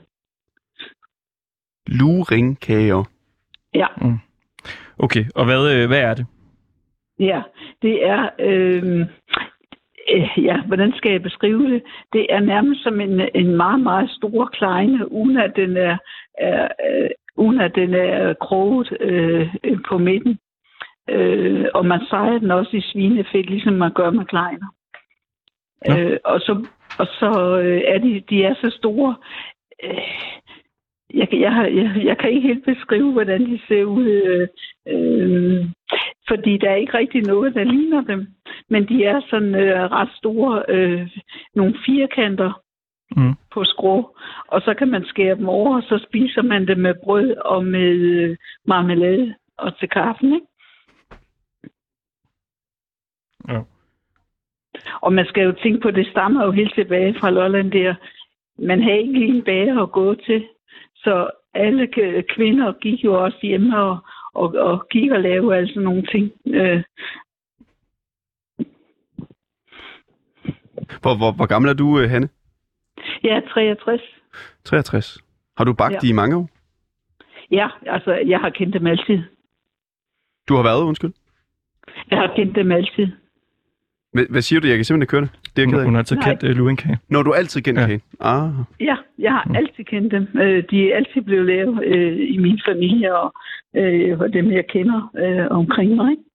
Luringkager. Ja. Mm. Okay, og hvad, øh, hvad er det? Ja, det er... Øh, øh, ja, hvordan skal jeg beskrive det? Det er nærmest som en, en meget, meget stor kleine, uden at den er, er, øh, uden at den er kroget øh, på midten. Øh, og man sejer den også i svinefedt, ligesom man gør med kleiner. Ja. Øh, og så, og så øh, er de, de er så store... Øh, Jeg, jeg, jeg, jeg kan ikke helt beskrive, hvordan de ser ud, øh, øh, fordi der er ikke rigtig noget, der ligner dem. Men de er sådan øh, ret store, øh, nogle firkanter mm. på skrå, og så kan man skære dem over, og så spiser man det med brød og med øh, marmelade og til kaffen, ikke? Ja. Og man skal jo tænke på, at det stammer jo helt tilbage fra Lolland der. Man havde ikke lige en bager at gå til. Så alle kvinder gik jo også hjemme og, og, og gik og lavede altså nogle ting. Øh. Hvor, hvor, hvor gammel er du, Hanne? Jeg er treogtres. treogtres. Har du bagt ja. i mange år? Ja, altså jeg har kendt dem altid. Du har været, undskyld? Jeg har kendt dem altid. Hvad, hvad siger du? Jeg kan simpelthen ikke høre det. Det er hun, hun har altid kendt uh, luringkage. Når du altid kendt ja. kagen? Ah. Ja, jeg har altid kendt dem. De er altid blevet lavet øh, i min familie og, øh, og dem, jeg kender øh, omkring mig. Ikke?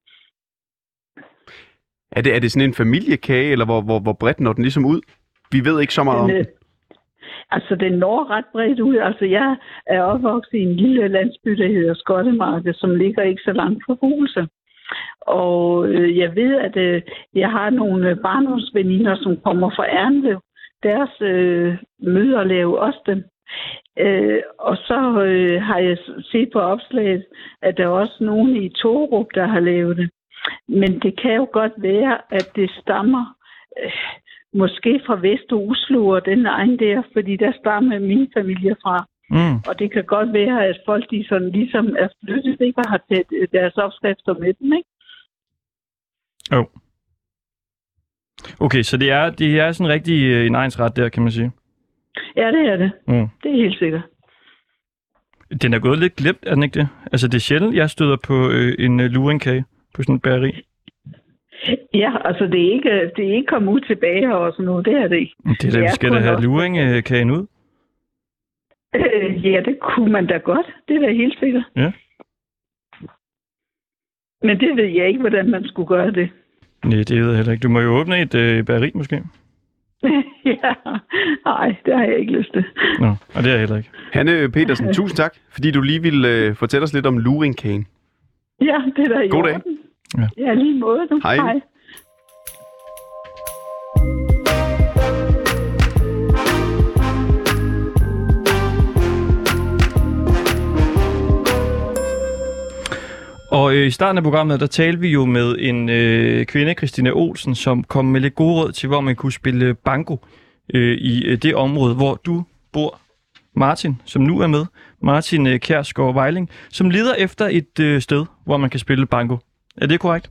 Er det, er det sådan en familiekage, eller hvor, hvor, hvor bredt når den ligesom ud? Vi ved ikke så meget den, om den. Altså, den når ret bredt ud. Altså, jeg er opvokset i en lille landsby, der hedder Skottemarke, som ligger ikke så langt fra Huse. Og øh, jeg ved, at øh, jeg har nogle barndomsveninder, som kommer fra Ernlev. Deres øh, mødre laver også dem. Øh, og så øh, har jeg set på opslaget, at der er også nogen i Torup, der har lavet det. Men det kan jo godt være, at det stammer øh, måske fra Vester Oslo og den egen der, fordi der stammer min familie fra. Mm. Og det kan godt være, at folk de sådan ligesom er flyttet, ikke, og har taget deres opskrifter med dem, ikke? Jo. Oh. Okay, så det er, det er sådan rigtig øh, en egensret der, kan man sige. Ja, det er det. Mm. Det er helt sikkert. Den er gået lidt glemt, er den ikke det? Altså, det er sjældent, jeg støder på øh, en øh, luringkage på sådan en bageri. Ja, altså, det er ikke, det er ikke kommet ud tilbage og sådan noget, det er det ikke. Det er da, vi skal da have luringkagen ud. Øh, ja, det kunne man da godt. Det er da helt sikkert. Ja. Men det ved jeg ikke, hvordan man skulle gøre det. Nej, det ved jeg heller ikke. Du må jo åbne et øh, bageri, måske. Ja, nej, det har jeg ikke lyst til. Nå, og det har jeg heller ikke. Hanne Petersen, tusind tak, fordi du lige ville øh, fortælle os lidt om luringkagen. Ja, det er da i God dag. Ja. Ja, lige måde. Hej. Hej. Og øh, i starten af programmet, der talte vi jo med en øh, kvinde, Christina Olsen, som kom med lidt gode råd til, hvor man kunne spille banko øh, i øh, det område, hvor du bor. Martin, som nu er med. Martin øh, Kjærsgaard Vejling, som leder efter et øh, sted, hvor man kan spille banko. Er det korrekt?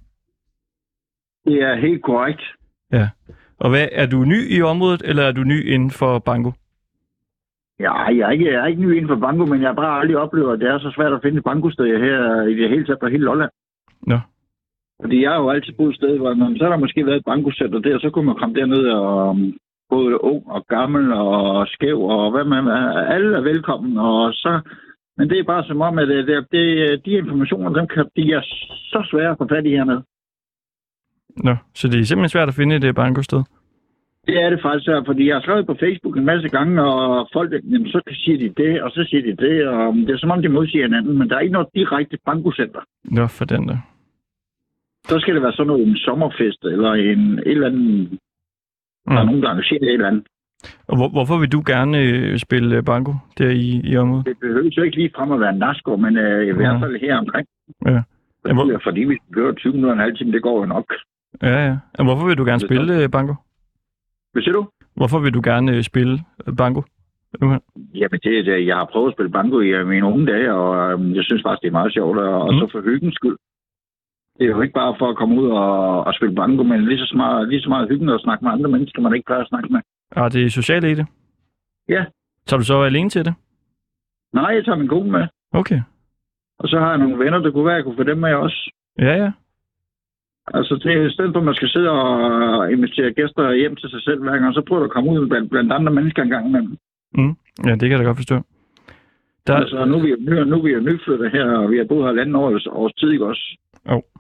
Det er helt korrekt. Ja. Og hvad, er du ny i området, eller er du ny inden for banko? Ja, jeg er ikke, jeg er ikke ny inden for banko, men jeg har bare aldrig oplevet, at det er så svært at finde et bankosted her i det hele taget på hele Lolland. Nå. Fordi jeg har jo altid boet et sted, hvor man, så har der måske været et bankosætter der, og så kunne man komme derned og både ung og gammel og skæv og hvad man alle er velkommen. Og så, men det er bare som om, at det, det, de informationer, dem kan, de er så svære at få fat i hernede. Nå, så det er simpelthen svært at finde et bankosted? Det er det faktisk, fordi jeg har skrevet på Facebook en masse gange, og folk, jamen, så siger de det, og så siger de det, og det er som om, de modsiger hinanden, men der er ikke noget direkte bankocenter. Nå, for den der. Så skal det være sådan noget en sommerfest, eller en et eller anden, mm. der er nogen, der arrangerer et eller andet. Og hvor, hvorfor vil du gerne øh, spille banko der i, i området? Det behøver jo ikke lige frem at være en nasko, men øh, i ja. hvert fald her omkring. Ja. Ja, hvor... Fordi vi kører tyve minutter og en halv time, det går jo nok. Ja, ja. Og hvorfor vil du gerne spille øh, banko? Hvad siger du? Hvorfor vil du gerne øh, spille øh, banko? Jamen, det, det, jeg har prøvet at spille banko i mine unge dage, og øh, jeg synes faktisk, det er meget sjovt, og mm. så for hyggens skyld. Det er jo ikke bare for at komme ud og, og spille banko, men lige så, smart, lige så meget hyggen at snakke med andre mennesker, man ikke plejer at snakke med. Ja, det er socialt i det? Ja. Tager du så alene til det? Nej, jeg tager min kone med. Okay. Og så har jeg nogle venner, der kunne være, jeg kunne få dem med også. Ja, ja. Altså, det er i stedet for, at man skal sidde og invitere gæster hjem til sig selv hver gang, så prøver du at komme ud blandt, blandt andre mennesker en gang imellem. Mm. Ja, det kan jeg da godt forstå. Der... Altså, nu er vi jo, nu, nu er vi jo nyflyttet her, og vi har boet her halvanden års, års tid, ikke også? Jo. Oh.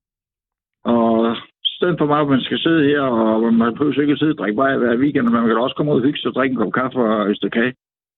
Og i stedet for mig, at man skal sidde her, og man behøver ikke at sidde og drikke bare hver weekend, men man kan også komme ud og hygge sig og drikke en kop kaffe og øster kage.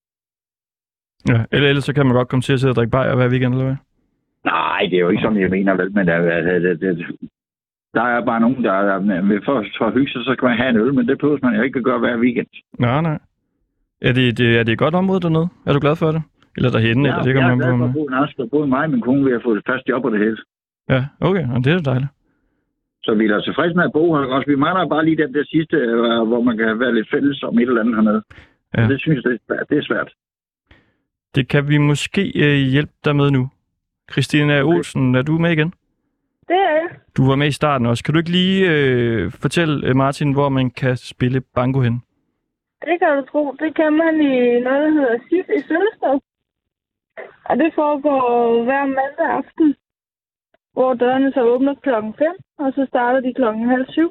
Ja, eller ellers så kan man godt komme til at sidde og drikke bajer hver weekend, eller hvad? Nej, det er jo ikke sådan, jeg mener vel, men der, det, det, der er bare nogen, der vil for, for at hygge sig, så kan man have en øl, men det behøver man jo ikke at gøre hver weekend. Nej, nej. Er det, det, er det et godt område dernede? Er du glad for det? Eller derhenne? Ja, eller det kan jeg man er glad for at bo i Narskud. Både mig og min kone vil have fået et fast job og det hele. Ja, okay. Og det er dejligt. Så vi er da tilfredse med at bo her også. Vi mangler bare lige den der sidste, hvor man kan være lidt fælles om et eller andet hernede. Ja. Det synes jeg, det er, det er svært. Det kan vi måske øh, hjælpe dig med nu. Christina Olsen, er du med igen? Det er jeg. Du var med i starten også. Kan du ikke lige øh, fortælle, Martin, hvor man kan spille banko hen? Det kan du tro. Det kan man i noget, der hedder S I F i Søllested. Og det foregår hver mandag aften, hvor dørene så åbner klokken fem, og så starter de klokken halv syv.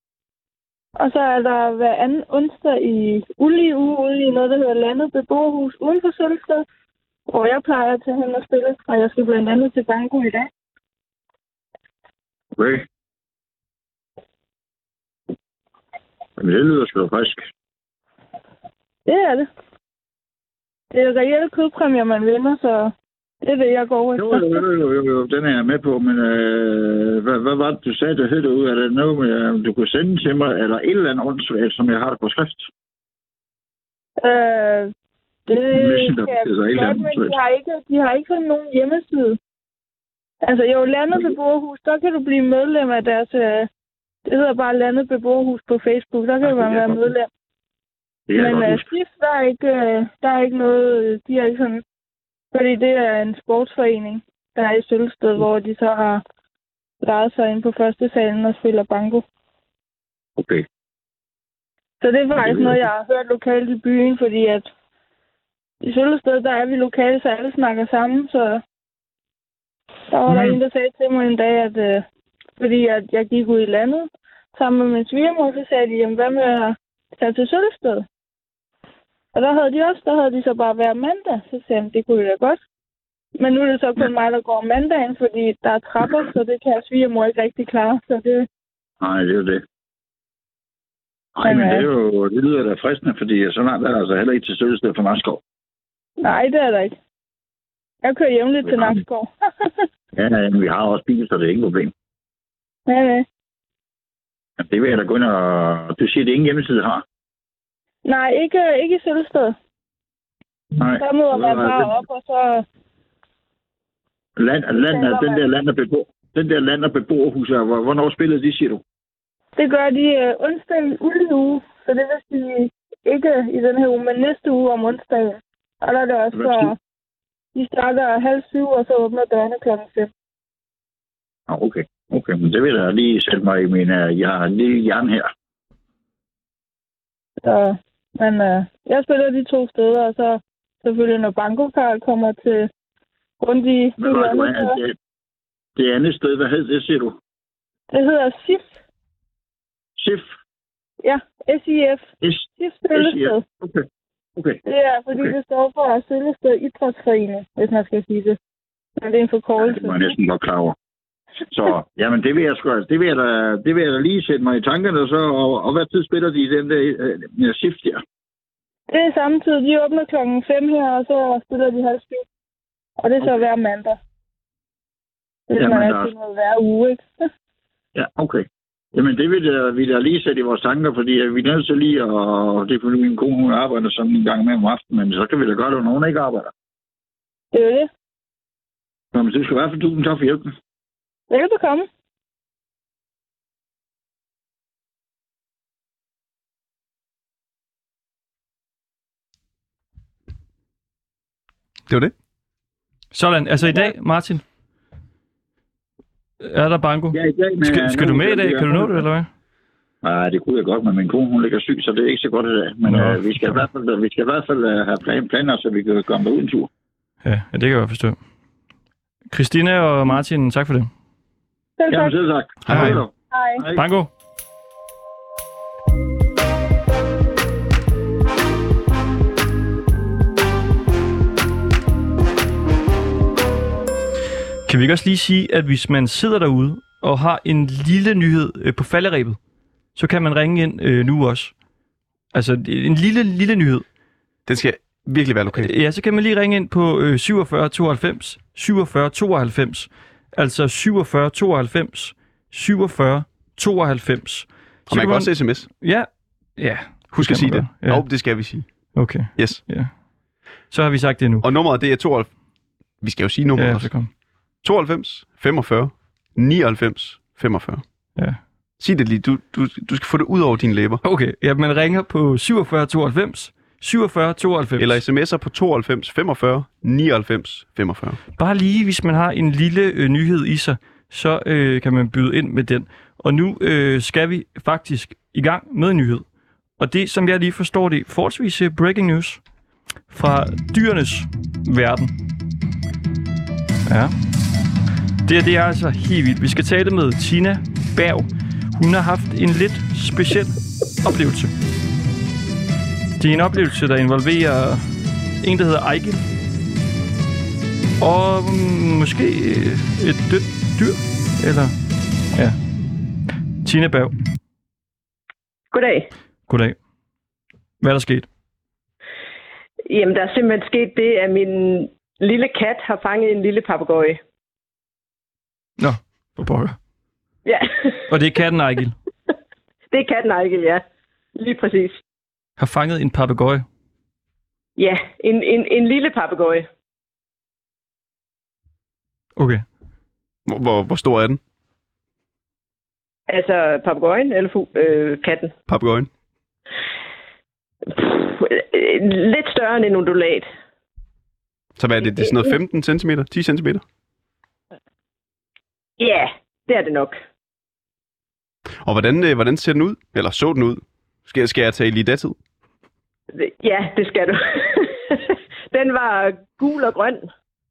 Og så er der hver anden onsdag i ulige uge ude i noget, der hedder Landet Beboerhus uden for Søllested, hvor jeg plejer til hen og spille, og jeg skal blandt andet til banko i dag. Okay. Men det lyder sgu da frisk. Det er det. Det er reelle kødpræmier, man vinder, så det er det, jeg går efter. Jo, jo, jo, jo, jo. Den er jeg med på, men øh, hvad, hvad var det, du sagde, der hed derude? Er det noget, med, du kunne sende til mig, eller et eller andet åndssvagt, som jeg har det på skrift? Øh, det Listen, der, kan jeg godt, men de har, ikke, de har ikke sådan nogen hjemmeside. Altså jo, Landet Beboerhus, der kan du blive medlem af deres... Øh, det hedder bare Landet Beboerhus på Facebook, der kan du bare være medlem. Men uh, S I F, der er, ikke, uh, der er ikke noget... De er ikke sådan... Fordi det er en sportsforening, der er i Søllested, mm. hvor de så har lejet sig ind på første salen og spiller banko. Okay. Så det er faktisk noget, jeg har hørt lokalt i byen, fordi at i Søllested, der er vi lokale, så alle snakker sammen, så der var mm. der en, der sagde til mig en dag, at uh, fordi at jeg gik ud i landet sammen med min svigermor, så sagde de, jamen hvad med at tage til Søllested? Og der havde de også, der havde de så bare hver mandag, så sagde jeg, det kunne det da godt. Men nu er det så kun mig, der går mandagen, fordi der er trapper, så det kan svigermor ikke rigtig klare, så det... Nej, det er jo det. Nej, men, men det er jo, det lyder da fristende, fordi så langt er der altså heller ikke til Søllested for Nakskov. Nej, det er der ikke. Jeg kører jævnligt til Nakskov. Ja, men vi har også bil, så det er ikke et problem. Ja, ja. Det vil jeg da gå ind og... Du siger, det ingen hjemmeside har? Nej, ikke, ikke i Søllested. Nej. Der møder man bare op, og så... Land, land, den der land- og bebo, den der land- og beboerhus, hvornår spillede de, siger du? Det gør de øh, onsdag i uge, så det vil sige ikke i den her uge, men næste uge om onsdagen. Og der er det også for, de starter halv syv, og så åbner dørene klokken fem. Ah, okay. Okay, men det vil jeg lige sætte mig i min, uh, jeg har en lille hjerne her. Så, men øh, jeg spiller de to steder, og så selvfølgelig når Banko Karl kommer til rundt i Men, det, andet, andet, det, det andet sted, hvad hed det, siger du? det hedder S I F. S I F? Ja, S I F. S S I F Søllested. Okay. Okay. Det er, fordi okay. det står for Søllested Idrætsforening, hvis man skal sige det. Men det er en forkortelse. Ja, det var jeg næsten godt klar over. Så, jamen det vil jeg sgu, det vil jeg da, det vil jeg da lige sætte mig i tankerne, og så, og, og hvad tid spiller de i den der uh, shift der? Det er samtidig, de åbner klokken fem her, og så spiller de halv syv. Og det er så okay. Hver mandag. Det er man altid noget hver uge, ikke? Ja, okay. Jamen det vil jeg, vil jeg lige sætte i vores tanker, fordi vi er nødt til lige, og det er fordi min kone, hun arbejder sådan en gang med om aftenen, men så kan vi da gøre det, når hun ikke arbejder. Det er det. Jamen det skal i hvert fald tusind tak for hjælpen. Velbekomme. Det var det. Sådan, altså i dag, Martin, er der banko? Ja, i dag. Men, skal skal du med i dag? Kan du nå det, eller hvad? Nej, det kunne jeg godt, men min kone, hun ligger syg, så det er ikke så godt i dag. Men øh, vi skal i hvert fald, vi skal i hvert fald uh, have plan, planer, så vi kan komme ud en tur. Ja, det kan jeg godt forstå. Christina og Martin, tak for det. Selv tak. Jamen, selv tak. Hej. Hej. Hej. Banko. Kan vi ikke også lige sige, at hvis man sidder derude og har en lille nyhed øh, på falderebet, så kan man ringe ind øh, nu også. Altså en lille, lille nyhed. Den skal virkelig være lokal. Ja, så kan man lige ringe ind på øh, syvogfyrre tooghalvfems syvogfyrre tooghalvfems. Altså syvogfyrre tooghalvfems syvogfyrre tooghalvfems. Og man kan man... også sms. Ja. Ja. Husk at sige det. Ja. Jo, det skal vi sige. Okay. Yes. Ja. Så har vi sagt det nu. Og nummeret, det er tooghalvfems. Vi skal jo sige nummeret ja, også. Så kom. tooghalvfems femogfyrre nioghalvfems femogfyrre. Ja. Sig det lige. Du, du, du skal få det ud over dine læber. Okay. Ja, man ringer på syvogfyrre tooghalvfems syvogfyrre tooghalvfems. Eller sms'er på tooghalvfems femogfyrre nioghalvfems femogfyrre. Bare lige, hvis man har en lille øh, nyhed i sig, så øh, kan man byde ind med den. Og nu øh, skal vi faktisk i gang med en nyhed. Og det, som jeg lige forstår det, forholdsvis uh, breaking news fra dyrenes verden. Ja. Det, det er altså helt vildt. Vi skal tale med Tina Berg. Hun har haft en lidt speciel oplevelse. Det er en oplevelse, der involverer en, der hedder Ejgil. Og måske et dødt dyr. Eller, ja. Tina Berg. Goddag. Goddag. Hvad er der sket? Jamen, der er simpelthen sket det, at min lille kat har fanget en lille papegøje. Nå, for pokker. Ja. Og det er katten Ejgil? Det er katten Ejgil, ja. Lige præcis. Har fanget en papegøje? Ja, en, en, en lille papegøje. Okay. Hvor, hvor, hvor stor er den? Altså papegøjen eller fu- øh, katten? Papegøjen? Lidt større end en undulat. Så hvad er det? Det er sådan noget femten centimeter? ti centimeter? Ja, det er det nok. Og hvordan, øh, hvordan ser den ud? Eller så den ud? Skal, skal jeg tage lige datid? Ja, det skal du. Den var gul og grøn.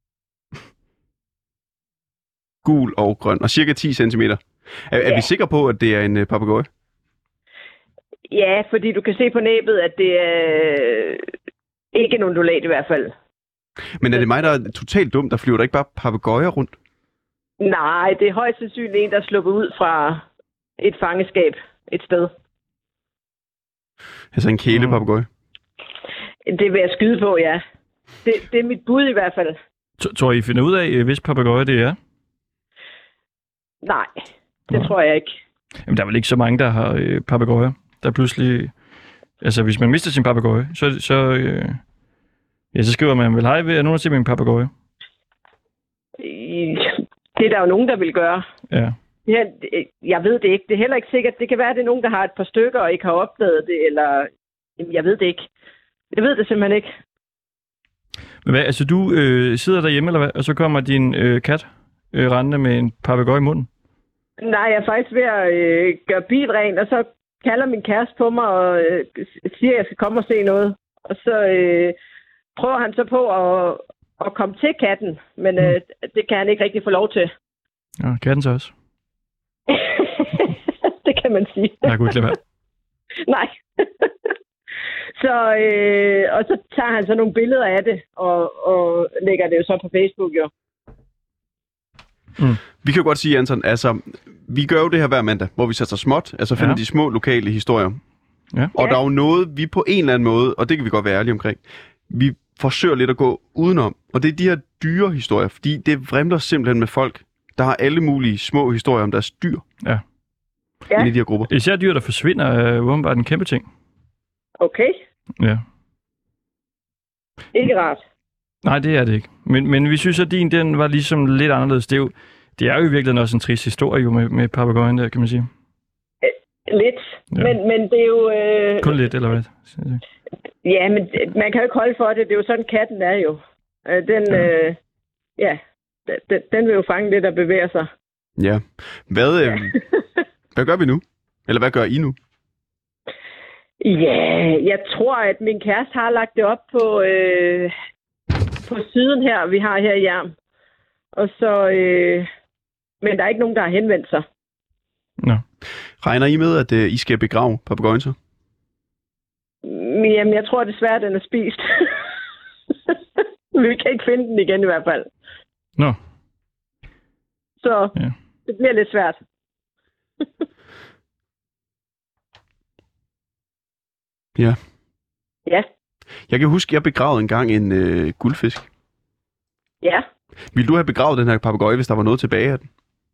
Gul og grøn. Og cirka ti centimeter. Er, ja. er vi sikre på, at det er en øh, papegøje? Ja, fordi du kan se på næbet, at det er ikke en undulat i hvert fald. Men er det mig, der er totalt dum? Der flyver der ikke bare papegøjer rundt? Nej, det er højst sandsynligt en, der er sluppet ud fra et fangeskab et sted. Altså en kælepapegøje? Det vil jeg skyde på, ja. Det, det er mit bud i hvert fald. T- tror I finder ud af, hvis papegøje det er? Nej, det ja. tror jeg ikke. Jamen, der er vel ikke så mange, der har øh, papegøjer. Der er pludselig... Altså, hvis man mister sin papegøje, så... så øh... ja, så skriver man vel, hej, vil jeg nogen se min papegøje? Det er der jo nogen, der vil gøre. Ja. Det her, jeg ved det ikke. Det er heller ikke sikkert. Det kan være, at det er nogen, der har et par stykker og ikke har opdaget det, eller jeg ved det ikke. Jeg ved det simpelthen ikke. Men hvad, altså du øh, sidder derhjemme, eller hvad, og så kommer din øh, kat øh, rendende med en papegøje i munden? Nej, jeg er faktisk ved at øh, gøre bilren, og så kalder min kæreste på mig og øh, siger, at jeg skal komme og se noget. Og så øh, prøver han så på at, at komme til katten, men øh, det kan han ikke rigtig få lov til. Ja, katten så også. Det kan man sige. Jeg kunne ikke lade være. Nej. så, øh, og så tager han så nogle billeder af det, og, og lægger det jo så på Facebook, jo. Mm. Vi kan jo godt sige, Anton, altså, vi gør jo det her hver mandag, hvor vi sætter småt, altså finder ja. de små lokale historier. Ja. Og ja. der er jo noget, vi på en eller anden måde, og det kan vi godt være ærlige omkring, vi forsøger lidt at gå udenom. Og det er de her dyre historier, fordi det vrimler simpelthen med folk, der har alle mulige små historier om deres dyr. Ja. Ja. I de her grupper. Især dyr, der forsvinder, er jo bare en kæmpe ting. Okay. Ja. Ikke rart. Nej, det er det ikke. Men, men vi synes, at din, den var ligesom lidt anderledes. Det er jo, det er jo i virkeligheden også en trist historie jo med, med papegøjen der, kan man sige. Lidt. Ja. Men, men det er jo... Øh... Kun lidt, eller hvad? Ja, men man kan jo ikke holde for det. Det er jo sådan, katten er jo. Den, ja. Øh... ja. Den, den vil jo fange det, der bevæger sig. Ja. Hvad, øh... hvad gør vi nu? Eller hvad gør I nu? Ja, jeg tror, at min kæreste har lagt det op på, øh, på siden her, vi har her i Hjerm. Og så, øh, men der er ikke nogen, der har henvendt sig. Nå. Regner I med, at øh, I skal begrave papegøjen så? Jamen, jeg tror desværre, at den er spist. Vi kan ikke finde den igen i hvert fald. Nå. Så ja. Det bliver lidt svært. Ja. Ja. Jeg kan huske, jeg begravede engang en øh, guldfisk. Ja. Vil du have begravet den her papegøje, hvis der var noget tilbage af den?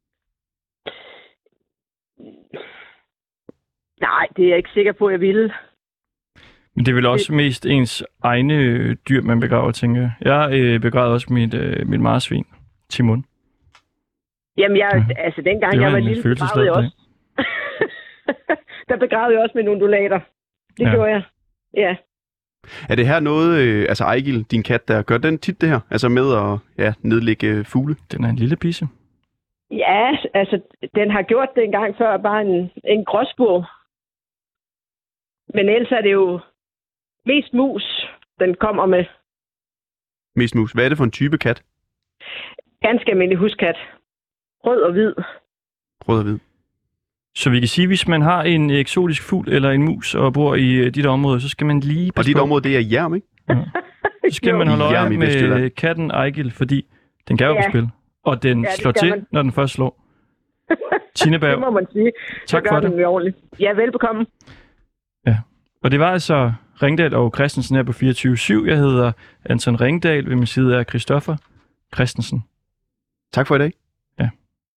Nej, det er jeg ikke sikker på, at jeg ville. Men det er vel også det... mest ens egne øh, dyr, man begraver, tænker jeg. Jeg øh, begravede også mit, øh, mit marsvin, Timon. Jamen, jeg, ja. altså dengang jeg var lille, begravede jeg også. Der begravede jeg også med nogle undulater. Det ja. gjorde jeg. Ja. Er det her noget, øh, altså Ejgil, din kat der, gør den tit det her? Altså med at ja, nedlægge fugle? Den er en lille pisse. Ja, altså den har gjort det en gang før, bare en, en gråsbog. Men ellers er det jo mest mus, den kommer med. Mest mus. Hvad er det for en type kat? Ganske almindelig huskat. Rød og hvid. Rød og hvid. Så vi kan sige, at hvis man har en eksotisk fugl eller en mus og bor i dit område, så skal man lige... Og dit på. område, det er Hjerm, ikke? Ja. Så skal man holde øje med katten Ejgil, fordi den kan jo ja. på spil. Og den ja, slår til, man. når den først slår. Tine Berg. Det må man sige. Tak for det. Ordentligt. Ja, velbekomme. Ja, og det var altså Ringdal og Christensen her på fireogtyve syv. Jeg hedder Anton Ringdal, ved min side er Christoffer Christensen. Tak for i dag.